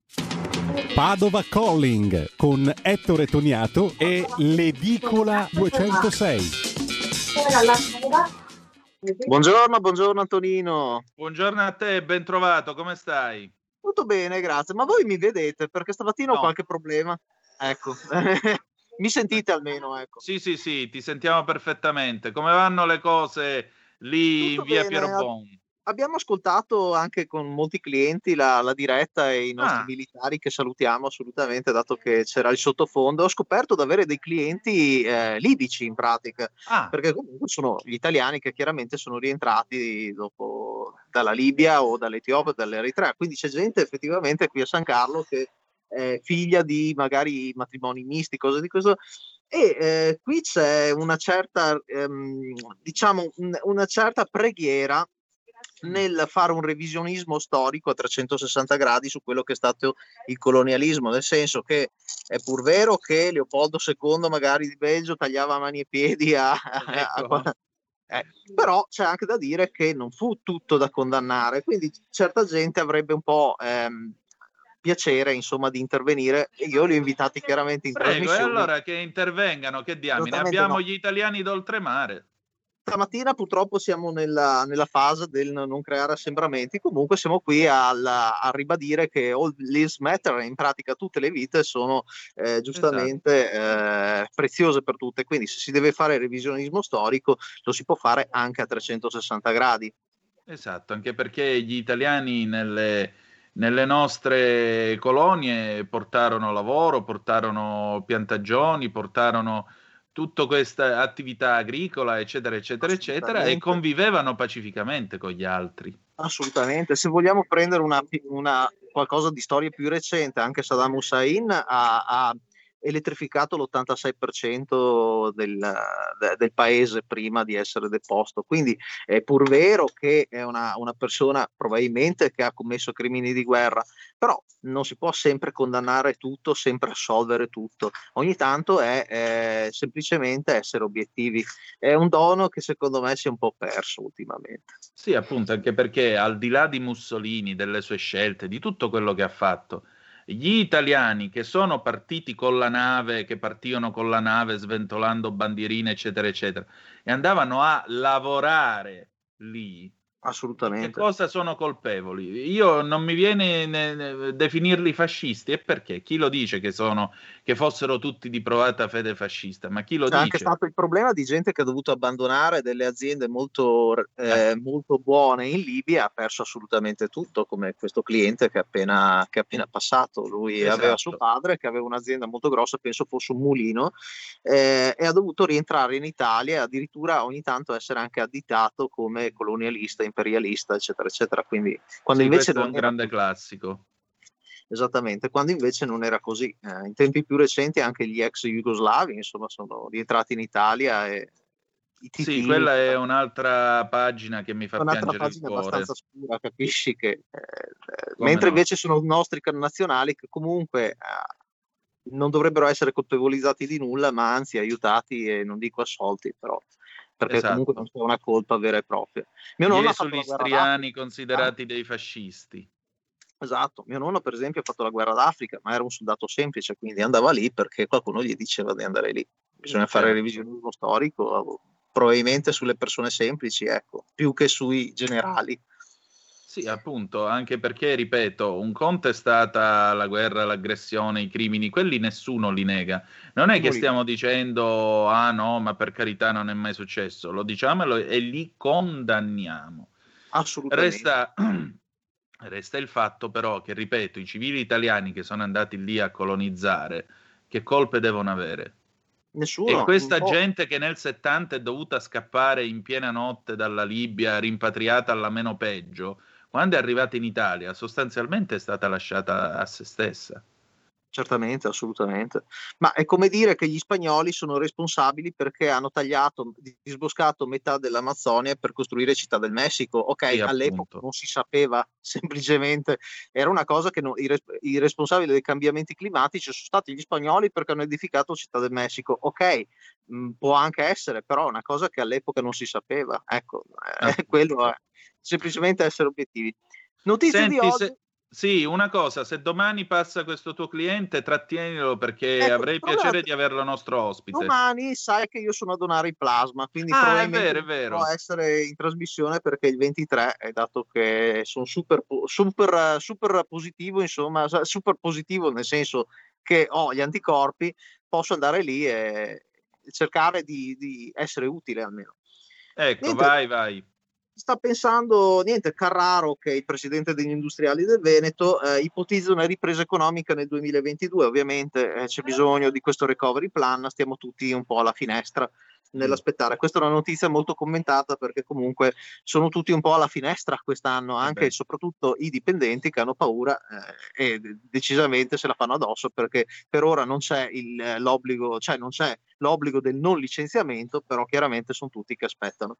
Padova Calling con Ettore Toniato e l'Edicola duecentosei. Buongiorno, buongiorno Antonino. Buongiorno a te, ben trovato, come stai? Tutto bene, grazie. Ma voi mi vedete? Perché stamattina no. ho qualche problema. Ecco, mi sentite almeno, ecco. Sì, sì, sì, ti sentiamo perfettamente. Come vanno le cose lì Tutto in via bene. Piero Bon? Abbiamo ascoltato anche con molti clienti la, la diretta e i nostri Ah. militari che salutiamo assolutamente, dato che c'era il sottofondo. Ho scoperto di avere dei clienti eh, libici in pratica, Ah. perché comunque sono gli italiani che chiaramente sono rientrati dopo dalla Libia o dall'Etiopia o dall'Eritrea. Quindi c'è gente effettivamente qui a San Carlo che è figlia di magari matrimoni misti, cose di questo. E eh, qui c'è una certa, ehm, diciamo, un- una certa preghiera nel fare un revisionismo storico a trecentosessanta gradi su quello che è stato il colonialismo, nel senso che è pur vero che Leopoldo secondo magari di Belgio tagliava mani e piedi a, a- Ecco. a- eh, però c'è anche da dire che non fu tutto da condannare, quindi certa gente avrebbe un po' ehm, piacere insomma di intervenire e io li ho invitati chiaramente in Prego, e trasmissione. allora che intervengano, che diamine, Assolutamente abbiamo no. gli italiani d'oltremare. Stamattina purtroppo siamo nella, nella fase del non creare assembramenti, comunque siamo qui alla- a ribadire che all lives matter, in pratica tutte le vite sono eh, giustamente eh, preziose per tutte, quindi se si deve fare revisionismo storico lo si può fare anche a trecentosessanta gradi. Esatto, anche perché gli italiani nelle, nelle nostre colonie portarono lavoro, portarono piantagioni, portarono tutta questa attività agricola, eccetera, eccetera, eccetera, e Assolutamente. convivevano pacificamente con gli altri. Assolutamente, se vogliamo prendere una, una- qualcosa di storia più recente, anche Saddam Hussein ha, ha elettrificato l'ottantasei per cento del, del paese prima di essere deposto. Quindi è pur vero che è una, una persona probabilmente che ha commesso crimini di guerra, però non si può sempre condannare tutto, sempre assolvere tutto. Ogni tanto è, è semplicemente essere obiettivi. È un dono che secondo me si è un po' perso ultimamente. Sì, appunto, anche perché al di là di Mussolini, delle sue scelte, di tutto quello che ha fatto, gli italiani che sono partiti con la nave, che partivano con la nave sventolando bandierine, eccetera, eccetera, e andavano a lavorare lì, assolutamente. Che cosa sono colpevoli? Io non mi viene ne, ne, definirli fascisti, e perché? Chi lo dice che sono che fossero tutti di provata fede fascista? Ma chi lo C'è dice? anche stato il problema di gente che ha dovuto abbandonare delle aziende molto, eh, molto buone in Libia, ha perso assolutamente tutto, come questo cliente che è appena, che è appena passato. Lui Esatto. aveva suo padre che aveva un'azienda molto grossa, penso fosse un mulino, eh, e ha dovuto rientrare in Italia e addirittura ogni tanto essere anche additato come colonialista, imperialista, eccetera, eccetera. Quindi, quando sì, invece questo è non un era grande classico. Esattamente, quando invece non era così. Eh, in tempi più recenti anche gli ex jugoslavi, insomma, sono rientrati in Italia e i titini, sì, quella è un'altra pagina che mi fa un'altra piangere il pagina cuore. abbastanza scura, capisci che eh, mentre no? invece sono nostri connazionali che comunque eh, non dovrebbero essere colpevolizzati di nulla, ma anzi aiutati e non dico assolti, però perché Esatto. comunque non c'è una colpa vera e propria. Mio Gli nonno ha fatto la guerra esulistriani d'Africa. considerati dei fascisti. Esatto, mio nonno per esempio ha fatto la guerra d'Africa, ma era un soldato semplice, quindi andava lì perché qualcuno gli diceva di andare lì. Bisogna fare Certo. revisionismo storico, probabilmente sulle persone semplici, ecco, più che sui generali. Sì, appunto, anche perché, ripeto, un conto è stata la guerra, l'aggressione, i crimini, quelli nessuno li nega. Non è che stiamo dicendo, ah no, ma per carità non è mai successo, lo diciamo e, lo, e li condanniamo. Assolutamente. Resta... Resta il fatto però che, ripeto, i civili italiani che sono andati lì a colonizzare, che colpe devono avere? Nessuno. E questa gente che nel settanta è dovuta scappare in piena notte dalla Libia, rimpatriata alla meno peggio, quando è arrivata in Italia sostanzialmente è stata lasciata a se stessa. Certamente, assolutamente. Ma è come dire che gli spagnoli sono responsabili perché hanno tagliato, disboscato metà dell'Amazzonia per costruire Città del Messico. Ok, sì, all'epoca appunto. non si sapeva, semplicemente era una cosa che non, i, res, i responsabili dei cambiamenti climatici sono stati gli spagnoli perché hanno edificato Città del Messico. Ok, mh, può anche essere, però è una cosa che all'epoca non si sapeva. Ecco, Ah. eh, quello è semplicemente essere obiettivi. Notizia Senti, di oggi. se... Sì, una cosa, se domani passa questo tuo cliente, trattienilo perché Ecco, avrei però piacere di averlo nostro ospite. Domani sai che io sono a donare il plasma, quindi Ah, è probabilmente vero, è vero. può essere in trasmissione perché il ventitré, è dato che sono super, super, super positivo, insomma, super positivo nel senso che ho gli anticorpi, posso andare lì e cercare di, di essere utile almeno. Ecco, Niente. vai, vai. Sta pensando, niente, Carraro, che è il presidente degli industriali del Veneto, eh, ipotizza una ripresa economica nel duemilaventidue. Ovviamente eh, c'è bisogno di questo recovery plan, stiamo tutti un po' alla finestra nell'aspettare. Questa è una notizia molto commentata perché comunque sono tutti un po' alla finestra quest'anno, anche e soprattutto i dipendenti che hanno paura eh, e decisamente se la fanno addosso perché per ora non c'è il, l'obbligo, cioè non c'è l'obbligo del non licenziamento, però chiaramente sono tutti che aspettano.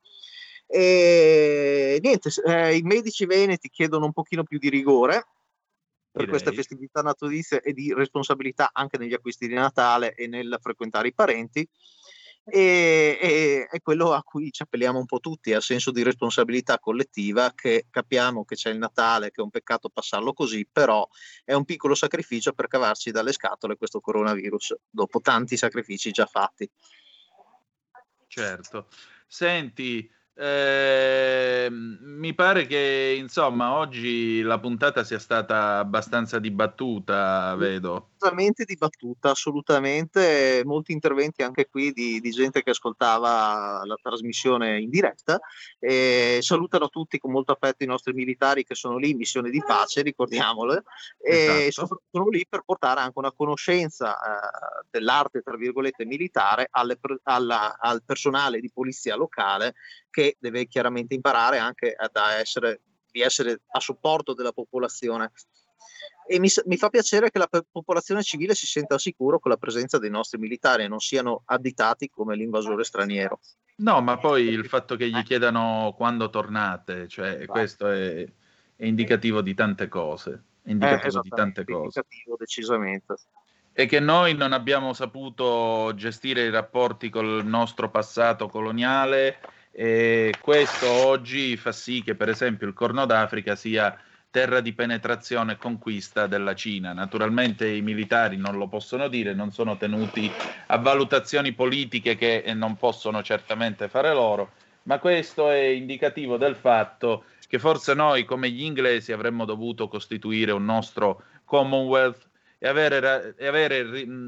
E niente, eh, i medici veneti chiedono un pochino più di rigore per Direi. queste festività natalizie e di responsabilità anche negli acquisti di Natale e nel frequentare i parenti, e, e, è quello a cui ci appelliamo un po' tutti, al senso di responsabilità collettiva, che capiamo che c'è il Natale, che è un peccato passarlo così, però è un piccolo sacrificio per cavarci dalle scatole questo coronavirus dopo tanti sacrifici già fatti. Certo. Senti, Eh, mi pare che insomma oggi la puntata sia stata abbastanza dibattuta, vedo. Assolutamente dibattuta, assolutamente, molti interventi anche qui di, di gente che ascoltava la trasmissione in diretta, e salutano tutti con molto affetto i nostri militari che sono lì in missione di pace, ricordiamolo, e Esatto. sono lì per portare anche una conoscenza eh, dell'arte tra virgolette militare alle, alla, al personale di polizia locale, che deve chiaramente imparare anche ad essere, di essere a supporto della popolazione. e mi, mi fa piacere che la pe- popolazione civile si senta al sicuro con la presenza dei nostri militari e non siano additati come l'invasore straniero. No, ma poi il fatto che gli chiedano quando tornate, cioè questo è, è indicativo di tante cose, è indicativo eh, di tante cose. Indicativo, decisamente. E che noi non abbiamo saputo gestire i rapporti col nostro passato coloniale, e questo oggi fa sì che per esempio il Corno d'Africa sia terra di penetrazione e conquista della Cina. Naturalmente i militari non lo possono dire, non sono tenuti a valutazioni politiche che non possono certamente fare loro, ma questo è indicativo del fatto che forse noi come gli inglesi avremmo dovuto costituire un nostro Commonwealth e avere, e avere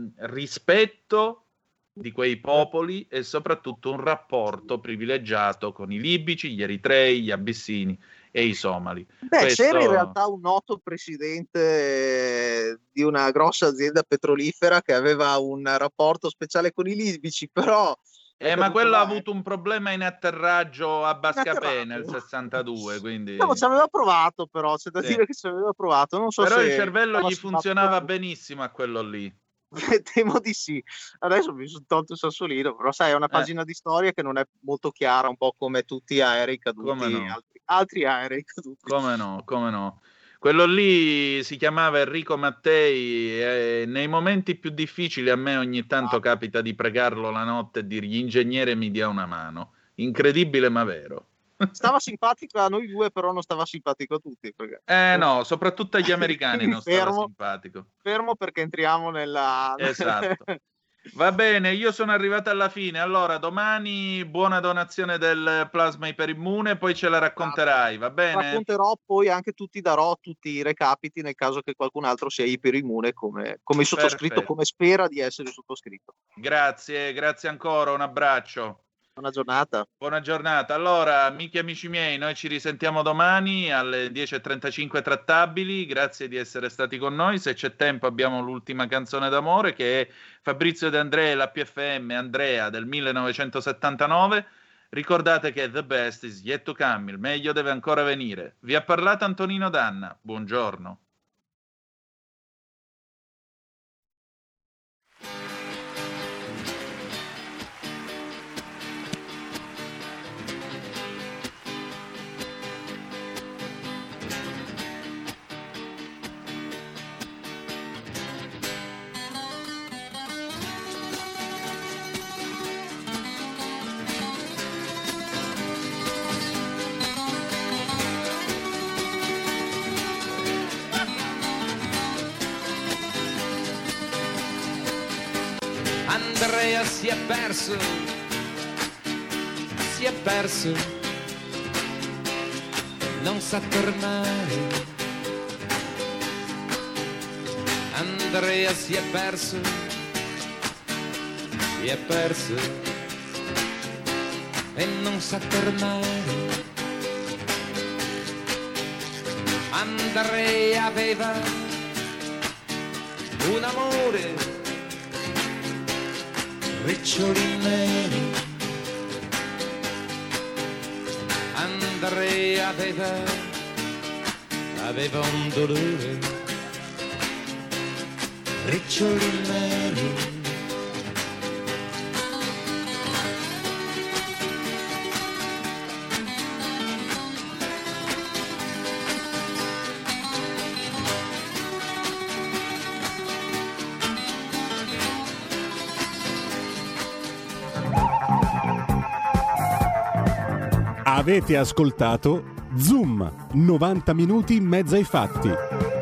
rispetto di quei popoli e soprattutto un rapporto privilegiato con i libici, gli eritrei, gli abissini e i somali. Beh, Questo... c'era in realtà un noto presidente di una grossa azienda petrolifera che aveva un rapporto speciale con i libici, però... Eh, ma quello ha avuto un problema in atterraggio a Bascapè nel sessantadue, quindi... No, ci aveva provato, però, c'è da sì. dire che ci aveva provato. Non so però se il cervello gli funzionava fatto... benissimo a quello lì. Temo di sì. Adesso mi sono tolto il sassolino, però sai, è una pagina eh. di storia che non è molto chiara, un po' come tutti gli aerei caduti, come no. altri, altri aerei caduti. Come no, come no. Quello lì si chiamava Enrico Mattei e nei momenti più difficili a me ogni tanto ah. capita di pregarlo la notte e dirgli: ingegnere, mi dia una mano. Incredibile ma vero. Stava simpatico a noi due, però non stava simpatico a tutti. Perché... Eh no, soprattutto agli americani non stava fermo, simpatico. Fermo perché entriamo nella... Esatto. Va bene, io sono arrivato alla fine. Allora, domani buona donazione del plasma iperimmune, poi ce la racconterai, va bene? Racconterò, poi anche tutti darò tutti i recapiti nel caso che qualcun altro sia iperimmune come, come il sottoscritto, perfetto. Come spera di essere sottoscritto. Grazie, grazie ancora, un abbraccio. Buona giornata. Buona giornata. Allora, amici e amici miei, noi ci risentiamo domani alle dieci e trentacinque trattabili. Grazie di essere stati con noi. Se c'è tempo abbiamo l'ultima canzone d'amore che è Fabrizio De André e la P F M Andrea del millenovecentosettantanove. Ricordate che the best is yet to come, il meglio deve ancora venire. Vi ha parlato Antonino Danna. Buongiorno. Andrea si è perso, si è perso, non sa tornare. Andrea si è perso, si è perso e non sa tornare. Andrea aveva un amore, riccioli neri. Andrea aveva, aveva un dolore, riccioli neri. Avete ascoltato Zoom, novanta minuti in mezzo ai fatti.